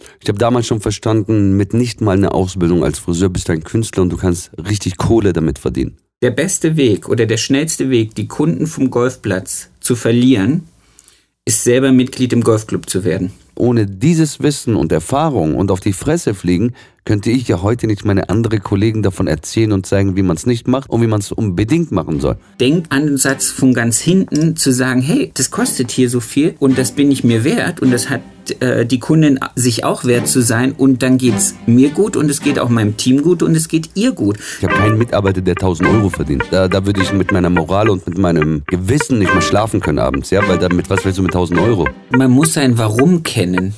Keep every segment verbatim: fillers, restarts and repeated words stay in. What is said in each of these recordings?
Ich habe damals schon verstanden, mit nicht mal einer Ausbildung als Friseur bist du ein Künstler und du kannst richtig Kohle damit verdienen. Der beste Weg oder der schnellste Weg, die Kunden vom Golfplatz zu verlieren, ist selber Mitglied im Golfclub zu werden. Ohne dieses Wissen und Erfahrung und auf die Fresse fliegen, könnte ich ja heute nicht meine anderen Kollegen davon erzählen und zeigen, wie man es nicht macht und wie man es unbedingt machen soll. Denk an den Satz von ganz hinten zu sagen, hey, das kostet hier so viel und das bin ich mir wert und das hat äh, die Kundin sich auch wert zu sein und dann geht's mir gut und es geht auch meinem Team gut und es geht ihr gut. Ich habe keinen Mitarbeiter, der tausend Euro verdient. Da, da würde ich mit meiner Moral und mit meinem Gewissen nicht mehr schlafen können abends, ja, weil damit, was willst du mit tausend Euro? Man muss sein Warum kennen.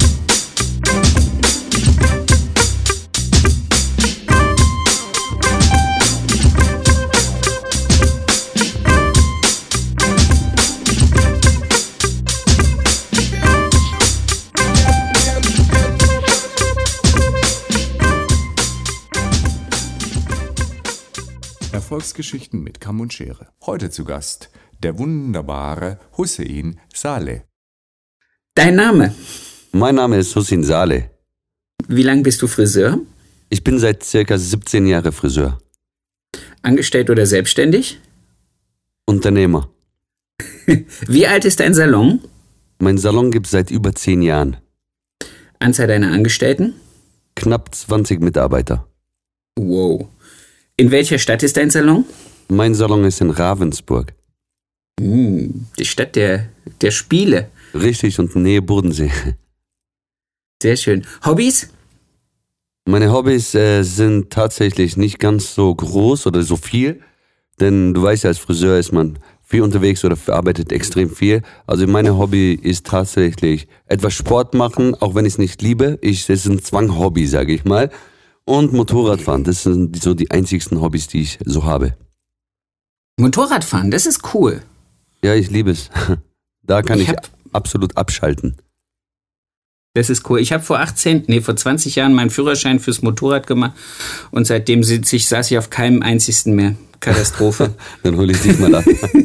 Erfolgsgeschichten mit Kamm und Schere. Heute zu Gast der wunderbare Hussein Saleh. Dein Name? Mein Name ist Hussein Saleh. Wie lange bist du Friseur? Ich bin seit circa siebzehn Jahren Friseur. Angestellt oder selbstständig? Unternehmer. Wie alt ist dein Salon? Mein Salon gibt es seit über zehn Jahren. Anzahl deiner Angestellten? Knapp zwanzig Mitarbeiter. Wow. In welcher Stadt ist dein Salon? Mein Salon ist in Ravensburg. Hm, die Stadt der, der Spiele. Richtig, und Nähe Bodensee. Sehr schön. Hobbys? Meine Hobbys äh, sind tatsächlich nicht ganz so groß oder so viel, denn du weißt ja, als Friseur ist man viel unterwegs oder arbeitet extrem viel. Also meine Hobby ist tatsächlich etwas Sport machen, auch wenn ich es nicht liebe. Ich, es ist ein Zwang-Hobby, sage ich mal. Und Motorradfahren, das sind so die einzigsten Hobbys, die ich so habe. Motorradfahren, das ist cool. Ja, ich liebe es. Da kann ich, ich hab, absolut abschalten. Das ist cool. Ich habe vor achtzehn, nee, vor zwanzig Jahren meinen Führerschein fürs Motorrad gemacht und seitdem sitze ich, saß ich auf keinem einzigsten mehr. Katastrophe. Dann hole ich dich mal ab.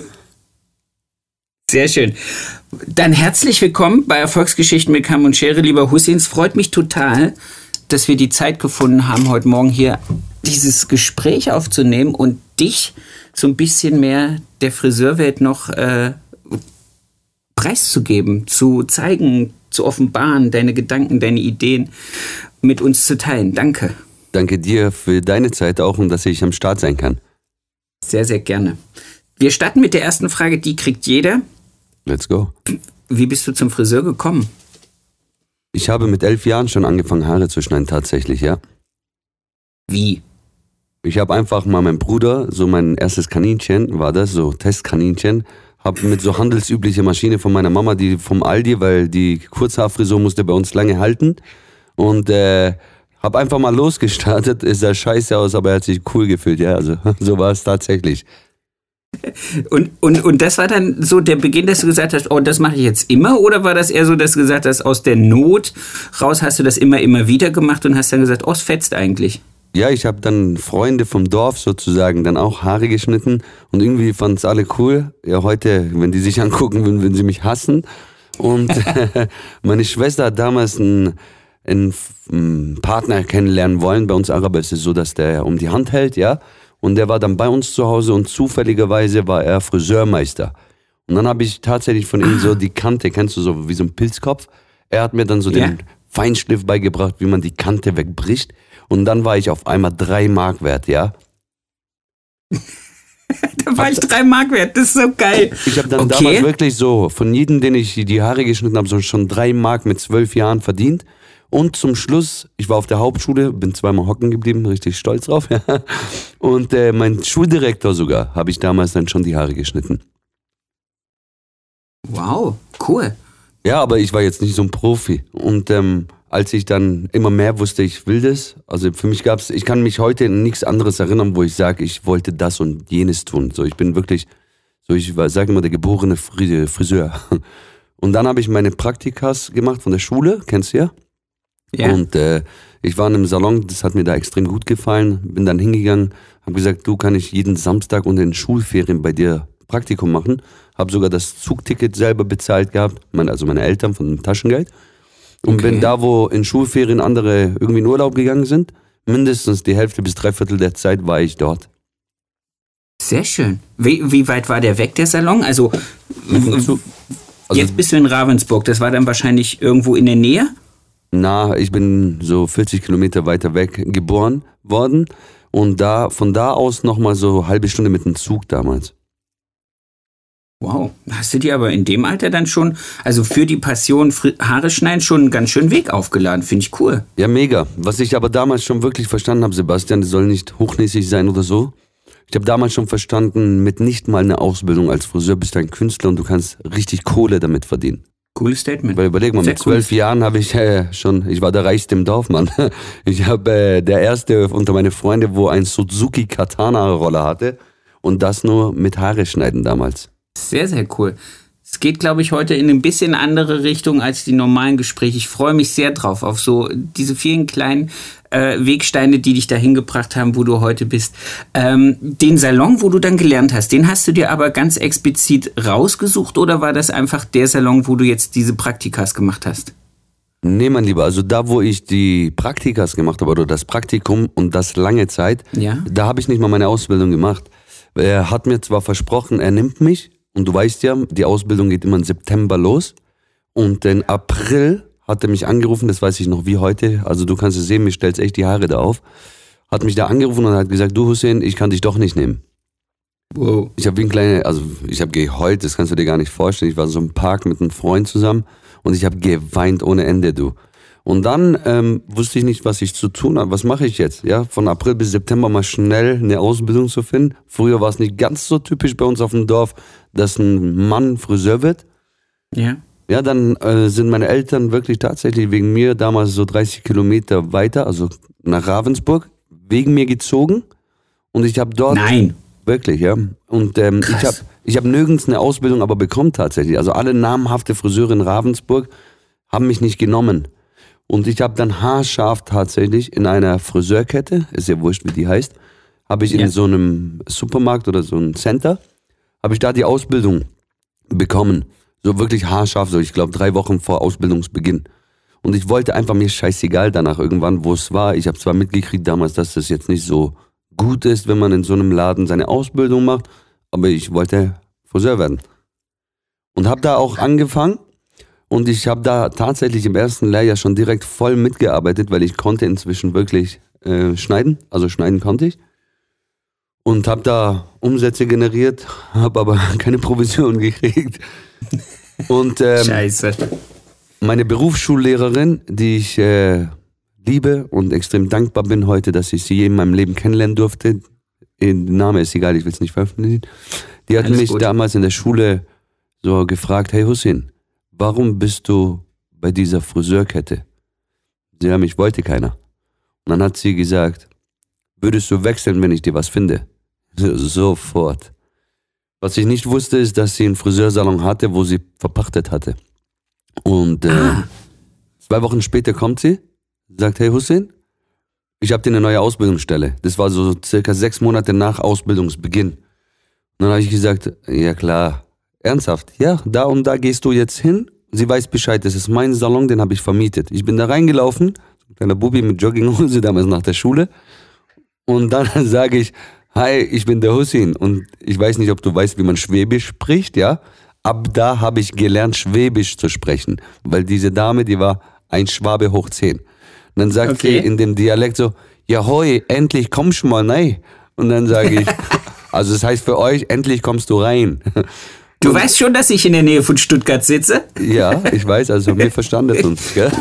Sehr schön. Dann herzlich willkommen bei Erfolgsgeschichten mit Kamm und Schere, lieber Hussein. Es freut mich total, dass wir die Zeit gefunden haben, heute Morgen hier dieses Gespräch aufzunehmen und dich so ein bisschen mehr der Friseurwelt noch äh, preiszugeben, zu zeigen, zu offenbaren, deine Gedanken, deine Ideen mit uns zu teilen. Danke. Danke dir für deine Zeit auch und dass ich am Start sein kann. Sehr, sehr gerne. Wir starten mit der ersten Frage, die kriegt jeder. Let's go. Wie bist du zum Friseur gekommen? Ich habe mit elf Jahren schon angefangen, Haare zu schneiden, tatsächlich, ja. Wie? Ich habe einfach mal meinen Bruder, so mein erstes Kaninchen war das, so Testkaninchen, habe mit so handelsübliche Maschine von meiner Mama, die vom Aldi, weil die Kurzhaarfrisur musste bei uns lange halten. Und äh, habe einfach mal losgestartet, es sah scheiße aus, aber er hat sich cool gefühlt, ja, also so war es tatsächlich. Und, und, und das war dann so der Beginn, dass du gesagt hast, oh, das mache ich jetzt immer? Oder war das eher so, dass du gesagt hast, aus der Not raus hast du das immer, immer wieder gemacht und hast dann gesagt, oh, es fetzt eigentlich? Ja, ich habe dann Freunde vom Dorf sozusagen dann auch Haare geschnitten und irgendwie fanden es alle cool. Ja, heute, wenn die sich angucken, würden, würden sie mich hassen. Und meine Schwester hat damals einen, einen, einen Partner kennenlernen wollen. Bei uns Araber ist es so, dass der um die Hand hält, ja. Und der war dann bei uns zu Hause und zufälligerweise war er Friseurmeister. Und dann habe ich tatsächlich von ihm so die Kante, kennst du so wie so ein Pilzkopf? Er hat mir dann so ja. den Feinschliff beigebracht, wie man die Kante wegbricht. Und dann war ich auf einmal drei Mark wert, ja? Da war ich drei Mark wert, das ist so geil. Ich habe dann okay. damals wirklich so, von jedem, den ich die Haare geschnitten habe, so schon drei Mark mit zwölf Jahren verdient. Und zum Schluss, ich war auf der Hauptschule, bin zweimal hocken geblieben, richtig stolz drauf. Ja. Und äh, mein Schuldirektor sogar, habe ich damals dann schon die Haare geschnitten. Wow, cool. Ja, aber ich war jetzt nicht so ein Profi. Und ähm, als ich dann immer mehr wusste, ich will das, also für mich gab es, ich kann mich heute an nichts anderes erinnern, wo ich sage, ich wollte das und jenes tun. So, ich bin wirklich, so ich sage immer, der geborene Friseur. Und dann habe ich meine Praktikas gemacht von der Schule, kennst du ja? Ja. Und äh, ich war in einem Salon, das hat mir da extrem gut gefallen, bin dann hingegangen, habe gesagt, du, kann ich jeden Samstag und in den Schulferien bei dir Praktikum machen, habe sogar das Zugticket selber bezahlt gehabt, meine, also meine Eltern von dem Taschengeld. Und Okay. wenn da, wo in Schulferien andere irgendwie in Urlaub gegangen sind, mindestens die Hälfte bis Dreiviertel der Zeit war ich dort. Sehr schön. Wie, wie weit war der weg, der Salon? Also, Also, jetzt bist du in Ravensburg. Das war dann wahrscheinlich irgendwo in der Nähe? na, ich bin so vierzig Kilometer weiter weg geboren worden und da von da aus nochmal so eine halbe Stunde mit dem Zug damals. Wow. Hast du dir aber in dem Alter dann schon, also für die Passion Fri- Haare schneiden, schon einen ganz schönen Weg aufgeladen? Finde ich cool. Ja, mega. Was ich aber damals schon wirklich verstanden habe, Sebastian, das soll nicht hochnäsig sein oder so. Ich habe damals schon verstanden, mit nicht mal einer Ausbildung als Friseur bist du ein Künstler und du kannst richtig Kohle damit verdienen. Cooles Statement. Weil überleg mal, Sehr mit zwölf cool. Jahren habe ich äh, schon, ich war der reichste im Dorf, Mann. Ich habe äh, der erste unter meine Freunde, wo ein Suzuki Katana Roller hatte und das nur mit Haare schneiden damals. Sehr, sehr cool. Es geht, glaube ich, heute in ein bisschen andere Richtung als die normalen Gespräche. Ich freue mich sehr drauf, auf so diese vielen kleinen äh, Wegsteine, die dich dahin gebracht haben, wo du heute bist. Ähm, den Salon, wo du dann gelernt hast, den hast du dir aber ganz explizit rausgesucht oder war das einfach der Salon, wo du jetzt diese Praktikas gemacht hast? Nee, mein Lieber, also da, wo ich die Praktikas gemacht habe oder das Praktikum und das lange Zeit, Ja. da habe ich nicht mal meine Ausbildung gemacht. Er hat mir zwar versprochen, er nimmt mich und du weißt ja, die Ausbildung geht immer im September los und im April hat er mich angerufen, das weiß ich noch wie heute, also du kannst es sehen, mir stellt echt die Haare da auf, hat mich da angerufen und hat gesagt, du Hussein, ich kann dich doch nicht nehmen. Wow. Ich habe wie ein kleiner, also ich habe geheult, das kannst du dir gar nicht vorstellen. Ich war so im Park mit einem Freund zusammen und ich habe geweint ohne Ende, du. Und dann ähm, wusste ich nicht, was ich zu tun habe. Was mache ich jetzt? Ja, von April bis September mal schnell eine Ausbildung zu finden. Früher war es nicht ganz so typisch bei uns auf dem Dorf, dass ein Mann Friseur wird. Ja. Ja, dann äh, sind meine Eltern wirklich tatsächlich wegen mir damals so dreißig Kilometer weiter, also nach Ravensburg, wegen mir gezogen. Und ich habe dort... Nein. Wirklich, ja. Und ähm, ich habe ich hab nirgends eine Ausbildung aber bekommen tatsächlich. Also alle namhafte Friseure in Ravensburg haben mich nicht genommen. Und ich habe dann haarscharf tatsächlich in einer Friseurkette, ist ja wurscht, wie die heißt, habe ich Ja. in so einem Supermarkt oder so einem Center, habe ich da die Ausbildung bekommen. So wirklich haarscharf, so ich glaube drei Wochen vor Ausbildungsbeginn. Und ich wollte einfach, mir scheißegal danach irgendwann, wo es war. Ich habe zwar mitgekriegt damals, dass das jetzt nicht so gut ist, wenn man in so einem Laden seine Ausbildung macht, aber ich wollte Friseur werden. Und habe da auch angefangen und ich habe da tatsächlich im ersten Lehrjahr schon direkt voll mitgearbeitet, weil ich konnte inzwischen wirklich äh, schneiden, also schneiden konnte ich. Und habe da Umsätze generiert, habe aber keine Provision gekriegt. Und ähm, Scheiße. meine Berufsschullehrerin, die ich äh, liebe und extrem dankbar bin heute, dass ich sie je in meinem Leben kennenlernen durfte. Der Name ist egal, ich will es nicht veröffentlichen. Die hat Alles mich gut. damals in der Schule so gefragt, hey Hussein, warum bist du bei dieser Friseurkette? Sie haben, ich wollte keiner. Und dann hat sie gesagt, würdest du wechseln, wenn ich dir was finde? So, sofort. Was ich nicht wusste, ist, dass sie einen Friseursalon hatte, wo sie verpachtet hatte. Und äh, Ah. zwei Wochen später kommt sie, sagt, hey Hussein, ich habe dir eine neue Ausbildungsstelle. Das war so circa sechs Monate nach Ausbildungsbeginn. Und dann habe ich gesagt, ja klar, ernsthaft, ja, da und da gehst du jetzt hin. Sie weiß Bescheid, das ist mein Salon, den habe ich vermietet. Ich bin da reingelaufen, so ein kleiner Bubi mit Jogginghose damals nach der Schule. Und dann sage ich, hi, ich bin der Hussein. Und ich weiß nicht, ob du weißt, wie man Schwäbisch spricht, ja. Ab da habe ich gelernt, Schwäbisch zu sprechen. Weil diese Dame, die war ein Schwabe hoch zehn. Und dann sagt Okay. sie in dem Dialekt so, ja hoi, endlich kommst du mal rein. Und dann sage ich, also das heißt für euch, endlich kommst du rein. Du weißt schon, dass ich in der Nähe von Stuttgart sitze? Ja, ich weiß, also mir verstandet uns, gell?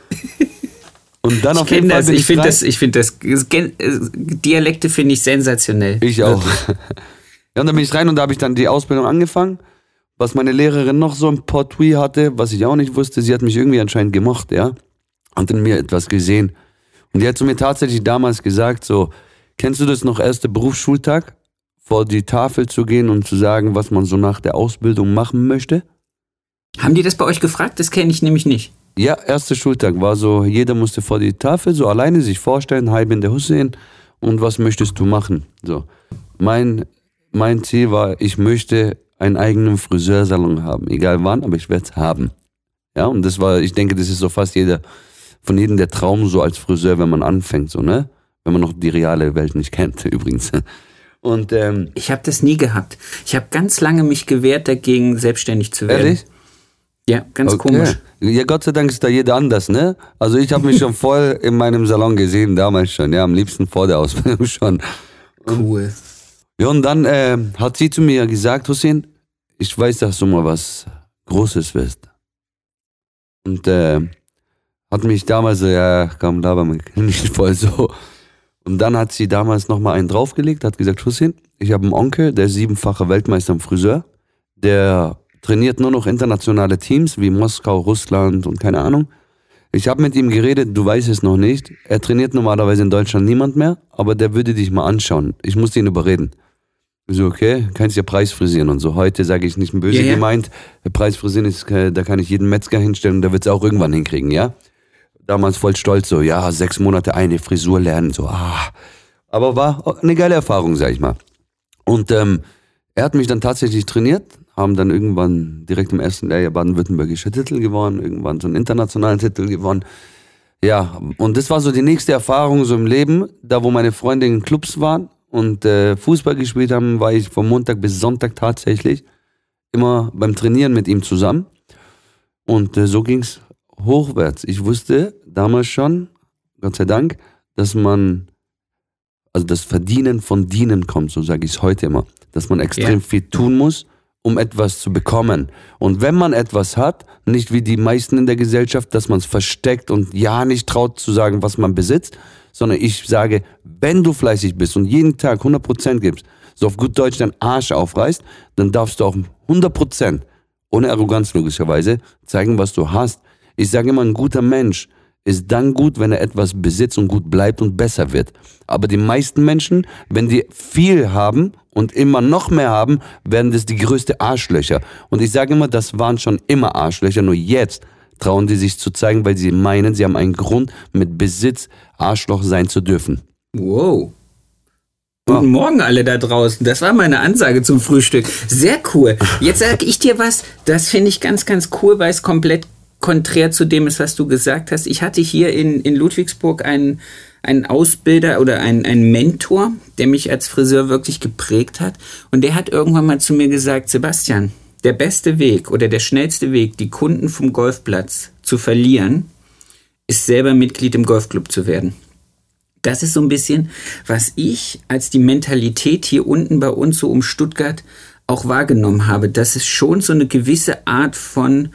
Und dann Ich auf jeden kenne Fall das, bin ich finde frei. das, ich finde das, gen- äh, Dialekte finde ich sensationell. Ich auch. Ja, und dann bin ich rein und da habe ich dann die Ausbildung angefangen. Was meine Lehrerin noch so ein Portui hatte, was ich auch nicht wusste, sie hat mich irgendwie anscheinend gemocht, ja. Hat in mir etwas gesehen. Und die hat zu mir tatsächlich damals gesagt, so, kennst du das noch, erster Berufsschultag? Vor die Tafel zu gehen und zu sagen, was man so nach der Ausbildung machen möchte? Haben die das bei euch gefragt? Das kenne ich nämlich nicht. Ja, erster Schultag war so, jeder musste vor die Tafel so alleine sich vorstellen, hi, bin der Hussein und was möchtest du machen? So, mein, mein Ziel war, ich möchte einen eigenen Friseursalon haben, egal wann, aber ich werde es haben. Ja, und das war, ich denke, das ist so fast jeder, von jedem der Traum so als Friseur, wenn man anfängt, so, ne? Wenn man noch die reale Welt nicht kennt, übrigens. Und, ähm, ich habe das nie gehabt. Ich habe ganz lange mich gewehrt dagegen, selbstständig zu werden. Ehrlich? Ja, ganz okay. komisch. Ja, Gott sei Dank ist da jeder anders, ne? Also ich habe mich schon voll in meinem Salon gesehen, damals schon, ja, am liebsten vor der Ausbildung schon. Cool. Ja, und dann äh, hat sie zu mir gesagt, Hussein, ich weiß, dass du mal was Großes wirst. Und äh, hat mich damals so, ja, komm, laber mich nicht voll so. Und dann hat sie damals nochmal einen draufgelegt, hat gesagt, Hussein, ich habe einen Onkel, der ist siebenfacher Weltmeister im Friseur, der trainiert nur noch internationale Teams wie Moskau, Russland und keine Ahnung. Ich habe mit ihm geredet, du weißt es noch nicht. Er trainiert normalerweise in Deutschland niemand mehr, aber der würde dich mal anschauen. Ich musste ihn überreden. Ich so, okay, kannst ja Preisfrisieren und so. Heute sage ich nicht böse ja, ja. gemeint. Preisfrisieren ist, da kann ich jeden Metzger hinstellen und der wird es auch irgendwann hinkriegen, ja. Damals voll stolz so, ja, sechs Monate eine Frisur lernen, so, ah. Aber war eine geile Erfahrung, sag ich mal. Und ähm, er hat mich dann tatsächlich trainiert, haben dann irgendwann direkt im ersten Lehrjahr baden-württembergischer Titel gewonnen, irgendwann so einen internationalen Titel gewonnen. Ja, und das war so die nächste Erfahrung so im Leben, da wo meine Freunde in Clubs waren und äh, Fußball gespielt haben, war ich von Montag bis Sonntag tatsächlich immer beim Trainieren mit ihm zusammen. Und äh, so ging's hochwärts. Ich wusste damals schon, Gott sei Dank, dass man, also das Verdienen von Dienen kommt, so sage ich es heute immer, dass man extrem ja. viel tun muss, um etwas zu bekommen. Und wenn man etwas hat, nicht wie die meisten in der Gesellschaft, dass man es versteckt und ja nicht traut zu sagen, was man besitzt, sondern ich sage, wenn du fleißig bist und jeden Tag hundert Prozent gibst, so auf gut Deutsch deinen Arsch aufreißt, dann darfst du auch hundert Prozent, ohne Arroganz logischerweise, zeigen, was du hast. Ich sage immer, ein guter Mensch ist dann gut, wenn er etwas besitzt und gut bleibt und besser wird. Aber die meisten Menschen, wenn die viel haben und immer noch mehr haben, werden das die größte Arschlöcher. Und ich sage immer, das waren schon immer Arschlöcher, nur jetzt trauen die sich zu zeigen, weil sie meinen, sie haben einen Grund, mit Besitz Arschloch sein zu dürfen. Wow. Guten Morgen alle da draußen. Das war meine Ansage zum Frühstück. Sehr cool. Jetzt sage ich dir was, das finde ich ganz, ganz cool, weil es komplett konträr zu dem ist, was du gesagt hast. Ich hatte hier in, in Ludwigsburg einen, einen Ausbilder oder einen, einen Mentor, der mich als Friseur wirklich geprägt hat. Und der hat irgendwann mal zu mir gesagt, Sebastian, der beste Weg oder der schnellste Weg, die Kunden vom Golfplatz zu verlieren, ist selber Mitglied im Golfclub zu werden. Das ist so ein bisschen, was ich als die Mentalität hier unten bei uns so um Stuttgart auch wahrgenommen habe, dass es schon so eine gewisse Art von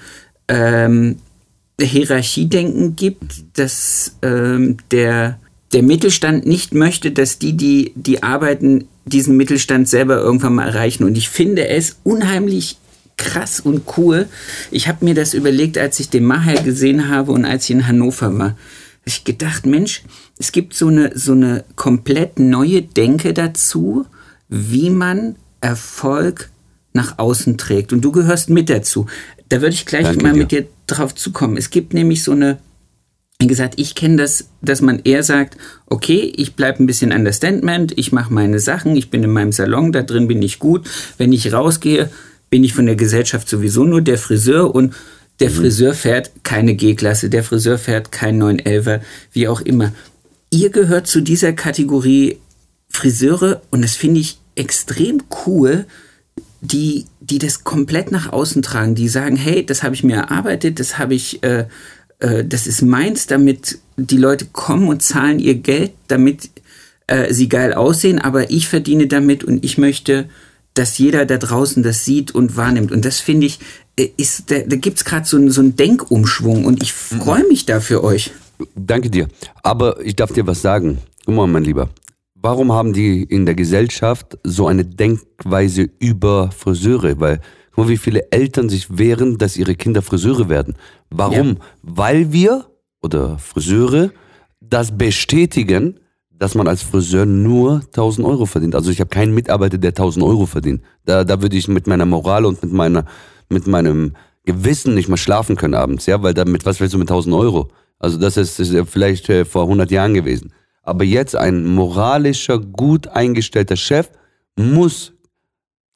ähm, Hierarchiedenken gibt, dass ähm, der, der Mittelstand nicht möchte, dass die, die, die arbeiten, diesen Mittelstand selber irgendwann mal erreichen. Und ich finde es unheimlich krass und cool. Ich habe mir das überlegt, als ich den Maher gesehen habe und als ich in Hannover war. Ich gedacht, Mensch, es gibt so eine, so eine komplett neue Denke dazu, wie man Erfolg nach außen trägt. Und du gehörst mit dazu. Da würde ich gleich Danke mal dir. mit dir drauf zukommen. Es gibt nämlich so eine, wie gesagt, ich kenne das, dass man eher sagt, okay, ich bleibe ein bisschen Understatement, ich mache meine Sachen, ich bin in meinem Salon, da drin bin ich gut. Wenn ich rausgehe, bin ich von der Gesellschaft sowieso nur der Friseur und der mhm. Friseur fährt keine G-Klasse, der Friseur fährt kein neun elfer, wie auch immer. Ihr gehört zu dieser Kategorie Friseure und das finde ich extrem cool, die, die das komplett nach außen tragen, die sagen, hey, das habe ich mir erarbeitet, das habe ich, äh, äh, das ist meins, damit die Leute kommen und zahlen ihr Geld, damit äh, sie geil aussehen, aber ich verdiene damit und ich möchte, dass jeder da draußen das sieht und wahrnimmt. Und das finde ich, ist, da, da gibt es gerade so, so einen Denkumschwung und ich freue mich da für euch. Danke dir. Aber ich darf dir was sagen. Guck mal, mein Lieber. Warum haben die in der Gesellschaft so eine Denkweise über Friseure? Weil, guck mal, wie viele Eltern sich wehren, dass ihre Kinder Friseure werden. Warum? Ja. Weil wir, oder Friseure, das bestätigen, dass man als Friseur nur tausend Euro verdient. Also ich habe keinen Mitarbeiter, der tausend Euro verdient. Da, da würde ich mit meiner Moral und mit meiner, mit meinem Gewissen nicht mal schlafen können abends, ja, weil damit, was willst du mit tausend Euro? Also das ist, ist vielleicht äh, vor hundert Jahren gewesen. Aber jetzt ein moralischer, gut eingestellter Chef muss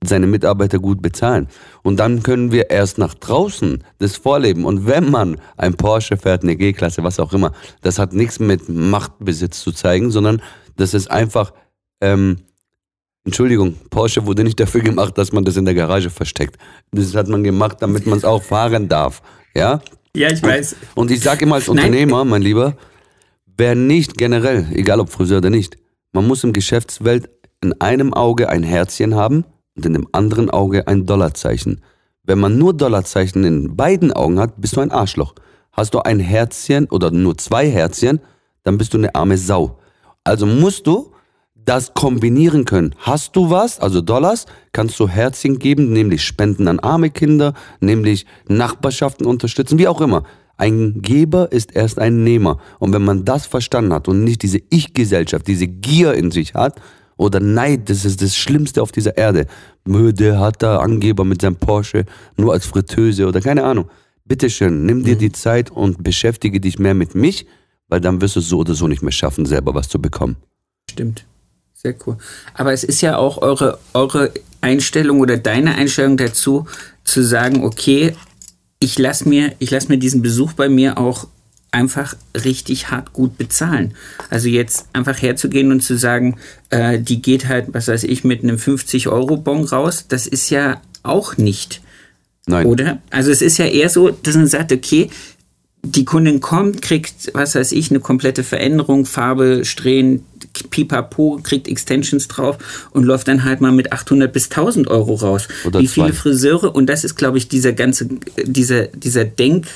seine Mitarbeiter gut bezahlen. Und dann können wir erst nach draußen das vorleben. Und wenn man ein Porsche fährt, eine G-Klasse, was auch immer, das hat nichts mit Machtbesitz zu zeigen, sondern das ist einfach, ähm, Entschuldigung, Porsche wurde nicht dafür gemacht, dass man das in der Garage versteckt. Das hat man gemacht, damit man es auch fahren darf. Ja? Ja, ich weiß. Und, und ich sage immer als Unternehmer, Nein. mein Lieber, wer nicht generell, egal ob Friseur oder nicht, man muss im Geschäftswelt in einem Auge ein Herzchen haben und in dem anderen Auge ein Dollarzeichen. Wenn man nur Dollarzeichen in beiden Augen hat, bist du ein Arschloch. Hast du ein Herzchen oder nur zwei Herzchen, dann bist du eine arme Sau. Also musst du das kombinieren können. Hast du was, also Dollars, kannst du Herzchen geben, nämlich Spenden an arme Kinder, nämlich Nachbarschaften unterstützen, wie auch immer. Ein Geber ist erst ein Nehmer. Und wenn man das verstanden hat und nicht diese Ich-Gesellschaft, diese Gier in sich hat, oder Neid, das ist das Schlimmste auf dieser Erde. Der hat da Angeber mit seinem Porsche, nur als Fritteuse oder keine Ahnung. Bitteschön, nimm dir die Zeit und beschäftige dich mehr mit mich, weil dann wirst du es so oder so nicht mehr schaffen, selber was zu bekommen. Stimmt. Sehr cool. Aber es ist ja auch eure, eure Einstellung oder deine Einstellung dazu, zu sagen, okay, ich lasse mir, ich lass mir diesen Besuch bei mir auch einfach richtig hart gut bezahlen. Also jetzt einfach herzugehen und zu sagen, äh, die geht halt, was weiß ich, mit einem fünfzig-Euro-Bon raus, das ist ja auch nicht. Nein. Oder? Also es ist ja eher so, dass man sagt, okay, die Kundin kommt, kriegt, was weiß ich, eine komplette Veränderung, Farbe, Strähnen, Pipapo, kriegt Extensions drauf und läuft dann halt mal mit achthundert bis tausend Euro raus. Oder Wie viele zwei. Friseure, und das ist, glaube ich, dieser ganze, dieser, dieser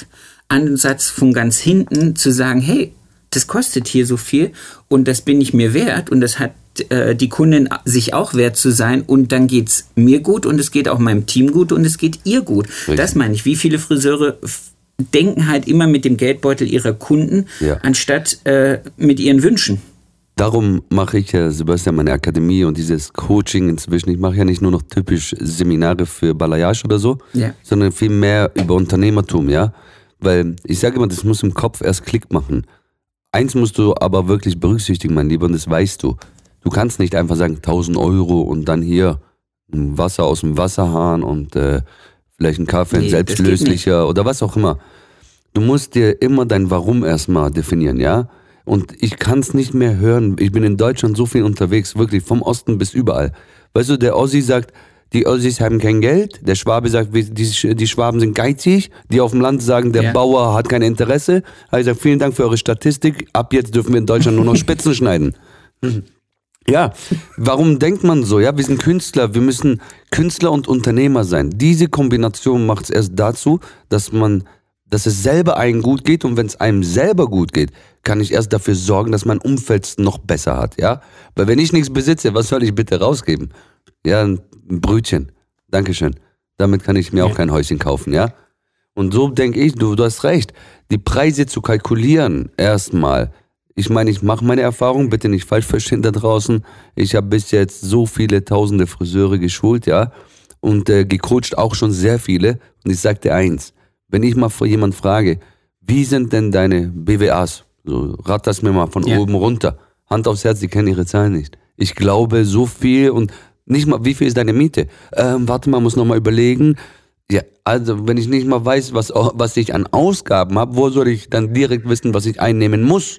Denkansatz von ganz hinten, zu sagen, hey, das kostet hier so viel und das bin ich mir wert und das hat äh, die Kundin sich auch wert zu sein und dann geht's mir gut und es geht auch meinem Team gut und es geht ihr gut. Richtig. Das meine ich. Wie viele Friseure f- denken halt immer mit dem Geldbeutel ihrer Kunden, Ja. anstatt äh, mit ihren Wünschen. Darum mache ich ja, Sebastian, meine Akademie und dieses Coaching inzwischen. Ich mache ja nicht nur noch typisch Seminare für Balayage oder so, Ja. sondern viel mehr über Unternehmertum, ja. Weil ich sage immer, das muss im Kopf erst Klick machen. Eins musst du aber wirklich berücksichtigen, mein Lieber, und das weißt du. Du kannst nicht einfach sagen tausend Euro und dann hier ein Wasser aus dem Wasserhahn und äh, vielleicht ein Kaffee, ein Nee, das geht selbstlöslicher oder was auch immer. Du musst dir immer dein Warum erstmal definieren, ja. Und ich kann es nicht mehr hören. Ich bin in Deutschland so viel unterwegs, wirklich vom Osten bis überall. Weißt du, der Ossi sagt, die Ossis haben kein Geld. Der Schwabe sagt, die, die Schwaben sind geizig. Die auf dem Land sagen, der Ja. Bauer hat kein Interesse. Also ich sage, vielen Dank für eure Statistik. Ab jetzt dürfen wir in Deutschland nur noch Spitzen schneiden. Ja, warum denkt man so? Ja, wir sind Künstler, wir müssen Künstler und Unternehmer sein. Diese Kombination macht es erst dazu, dass man, dass es selber einem gut geht und wenn es einem selber gut geht, kann ich erst dafür sorgen, dass mein Umfeld es noch besser hat, ja? Weil wenn ich nichts besitze, was soll ich bitte rausgeben? Ja, ein Brötchen. Dankeschön. Damit kann ich mir auch kein Häuschen kaufen, ja? Und so denke ich, du, du hast recht, die Preise zu kalkulieren erstmal. Ich meine, ich mache meine Erfahrung, bitte nicht falsch verstehen da draußen. Ich habe bis jetzt so viele tausende Friseure geschult, ja, und äh, gecoacht auch schon sehr viele. Und ich sag dir eins, wenn ich mal vor jemand frage, wie sind denn deine B W As? So, rat das mir mal von Ja. oben runter. Hand aufs Herz, die kennen ihre Zahlen nicht. Ich glaube so viel und nicht mal, wie viel ist deine Miete? Ähm, warte mal, muss noch mal überlegen. Ja, also wenn ich nicht mal weiß, was, was ich an Ausgaben habe, wo soll ich dann direkt wissen, was ich einnehmen muss?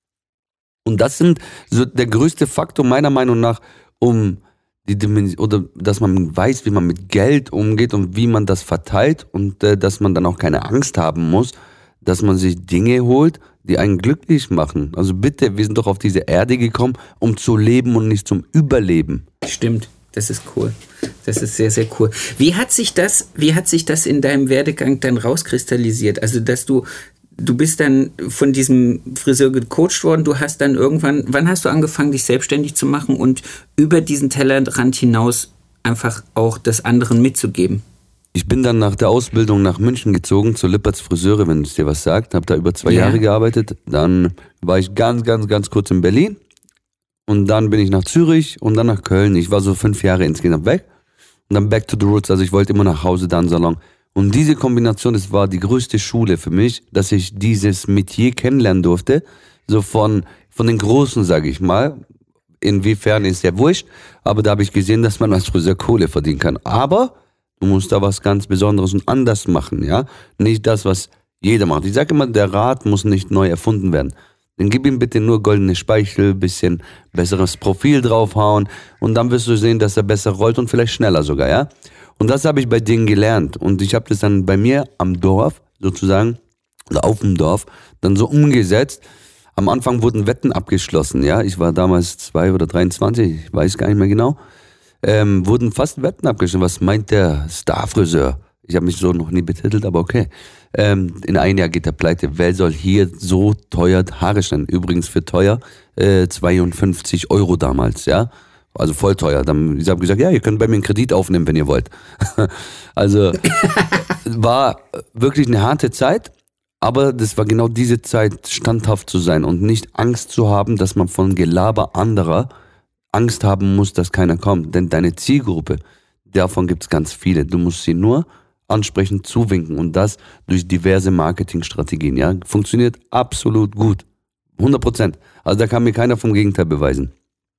Und das sind so der größte Faktor meiner Meinung nach, um die Dimension, oder dass man weiß, wie man mit Geld umgeht und wie man das verteilt und äh, dass man dann auch keine Angst haben muss, dass man sich Dinge holt, die einen glücklich machen. Also bitte, wir sind doch auf diese Erde gekommen, um zu leben und nicht zum Überleben. Stimmt, das ist cool. Das ist sehr, sehr cool. Wie hat sich das, wie hat sich das in deinem Werdegang dann rauskristallisiert? Also, dass du, du bist dann von diesem Friseur gecoacht worden, du hast dann irgendwann, wann hast du angefangen, dich selbstständig zu machen und über diesen Tellerrand hinaus einfach auch das anderen mitzugeben? Ich bin dann nach der Ausbildung nach München gezogen, zu Lippertz Friseure, wenn es dir was sagt. Habe da über zwei Ja. Jahre gearbeitet. Dann war ich ganz, ganz, ganz kurz in Berlin. Und dann bin ich nach Zürich und dann nach Köln. Ich war so fünf Jahre insgesamt weg. Und dann back to the roots. Also ich wollte immer nach Hause, dann Salon. Und diese Kombination, das war die größte Schule für mich, dass ich dieses Metier kennenlernen durfte. So von, von den Großen, sage ich mal. inwiefern ist ja wurscht, aber da habe ich gesehen, dass man als Friseur Kohle verdienen kann. Aber du musst da was ganz Besonderes und anders machen, ja. Nicht das, was jeder macht. Ich sage immer, der Rat muss nicht neu erfunden werden. Dann gib ihm bitte nur goldene Speichel, bisschen besseres Profil draufhauen und dann wirst du sehen, dass er besser rollt und vielleicht schneller sogar, ja. Und das habe ich bei denen gelernt und ich habe das dann bei mir am Dorf sozusagen, oder auf dem Dorf, dann so umgesetzt. Am Anfang wurden Wetten abgeschlossen, ja. Ich war damals zwei oder dreiundzwanzig, ich weiß gar nicht mehr genau. Ähm, wurden fast Wetten abgeschlossen. Was meint der Starfriseur? Ich habe mich so noch nie betitelt, aber okay. Ähm, in ein Jahr geht er pleite. Wer soll hier so teuer Haare schneiden? Übrigens für teuer äh, zweiundfünfzig Euro damals, ja. Also voll teuer. Dann, ich habe gesagt, ja, ihr könnt bei mir einen Kredit aufnehmen, wenn ihr wollt. Also war wirklich eine harte Zeit, aber das war genau diese Zeit, standhaft zu sein und nicht Angst zu haben, dass man von Gelaber anderer Angst haben muss, dass keiner kommt. Denn deine Zielgruppe, davon gibt es ganz viele. Du musst sie nur ansprechend zuwinken und das durch diverse Marketingstrategien. Ja, funktioniert absolut gut. hundert Prozent. Also da kann mir keiner vom Gegenteil beweisen.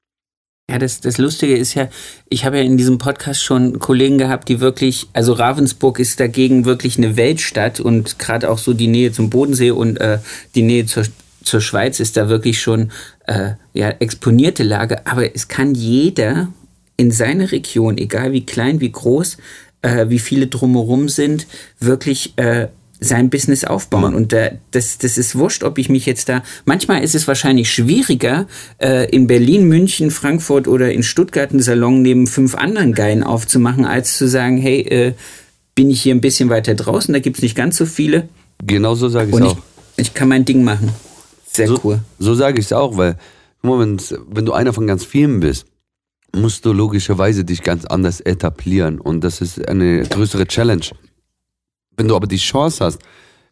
Ja, das, das Lustige ist ja, ich habe ja in diesem Podcast schon Kollegen gehabt, die wirklich, also Ravensburg ist dagegen wirklich eine Weltstadt und gerade auch so die Nähe zum Bodensee und äh, die Nähe zur zur Schweiz ist da wirklich schon äh, ja, exponierte Lage, aber es kann jeder in seiner Region, egal wie klein, wie groß, äh, wie viele drumherum sind, wirklich äh, sein Business aufbauen. Und äh, das, das ist wurscht, ob ich mich jetzt da, manchmal ist es wahrscheinlich schwieriger, äh, in Berlin, München, Frankfurt oder in Stuttgart einen Salon neben fünf anderen Geilen aufzumachen, als zu sagen, hey, äh, bin ich hier ein bisschen weiter draußen, da gibt es nicht ganz so viele. Genau so sage ich es auch. Ich, ich kann mein Ding machen. Sehr so, cool. So sage ich es auch, weil wenn, wenn du einer von ganz vielen bist, musst du logischerweise dich ganz anders etablieren und das ist eine größere Challenge. Wenn du aber die Chance hast,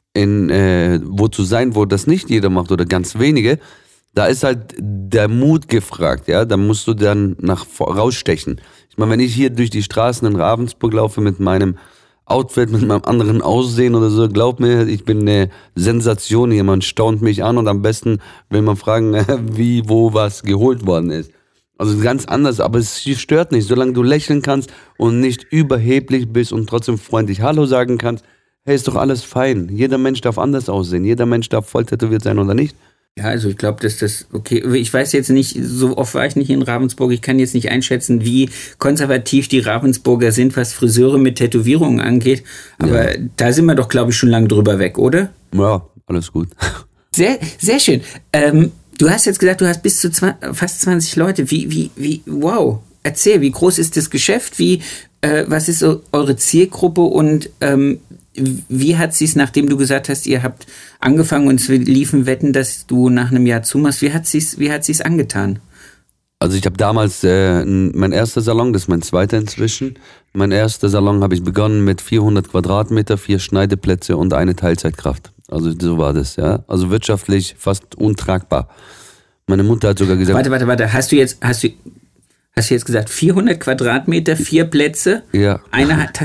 in äh, wo zu sein, wo das nicht jeder macht oder ganz wenige, da ist halt der Mut gefragt, ja, da musst du dann nach rausstechen. Ich meine, wenn ich hier durch die Straßen in Ravensburg laufe mit meinem Outfit, mit meinem anderen Aussehen oder so, glaub mir, ich bin eine Sensation, jemand staunt mich an und am besten will man fragen, wie, wo, was geholt worden ist. Also ganz anders, aber es stört nicht, solange du lächeln kannst und nicht überheblich bist und trotzdem freundlich Hallo sagen kannst, hey, ist doch alles fein. Jeder Mensch darf anders aussehen, jeder Mensch darf voll tätowiert sein oder nicht. Ja, also ich glaube, dass das okay. Ich weiß jetzt nicht, so oft war ich nicht in Ravensburg, ich kann jetzt nicht einschätzen, wie konservativ die Ravensburger sind, was Friseure mit Tätowierungen angeht. Aber ja, da sind wir doch, glaube ich, schon lange drüber weg, oder? Ja, alles gut. Sehr, sehr schön. Ähm, du hast jetzt gesagt, du hast bis zu zwanzig, fast zwanzig Leute. Wie, wie, wie, wow. Erzähl, wie groß ist das Geschäft? Wie, äh, was ist so eure Zielgruppe und ähm, wie hat sie es, nachdem du gesagt hast, ihr habt angefangen und es liefen Wetten, dass du nach einem Jahr zumachst, wie hat sie es, wie hat sie es angetan? Also ich habe damals äh, mein erster Salon, das ist mein zweiter inzwischen. Mein erster Salon habe ich begonnen mit vierhundert Quadratmeter, vier Schneideplätze und eine Teilzeitkraft. Also so war das, ja. Also wirtschaftlich fast untragbar. Meine Mutter hat sogar gesagt... Warte, warte, warte. Hast du jetzt, hast du, hast du jetzt gesagt vierhundert Quadratmeter, vier Plätze? Ja. Eine hat...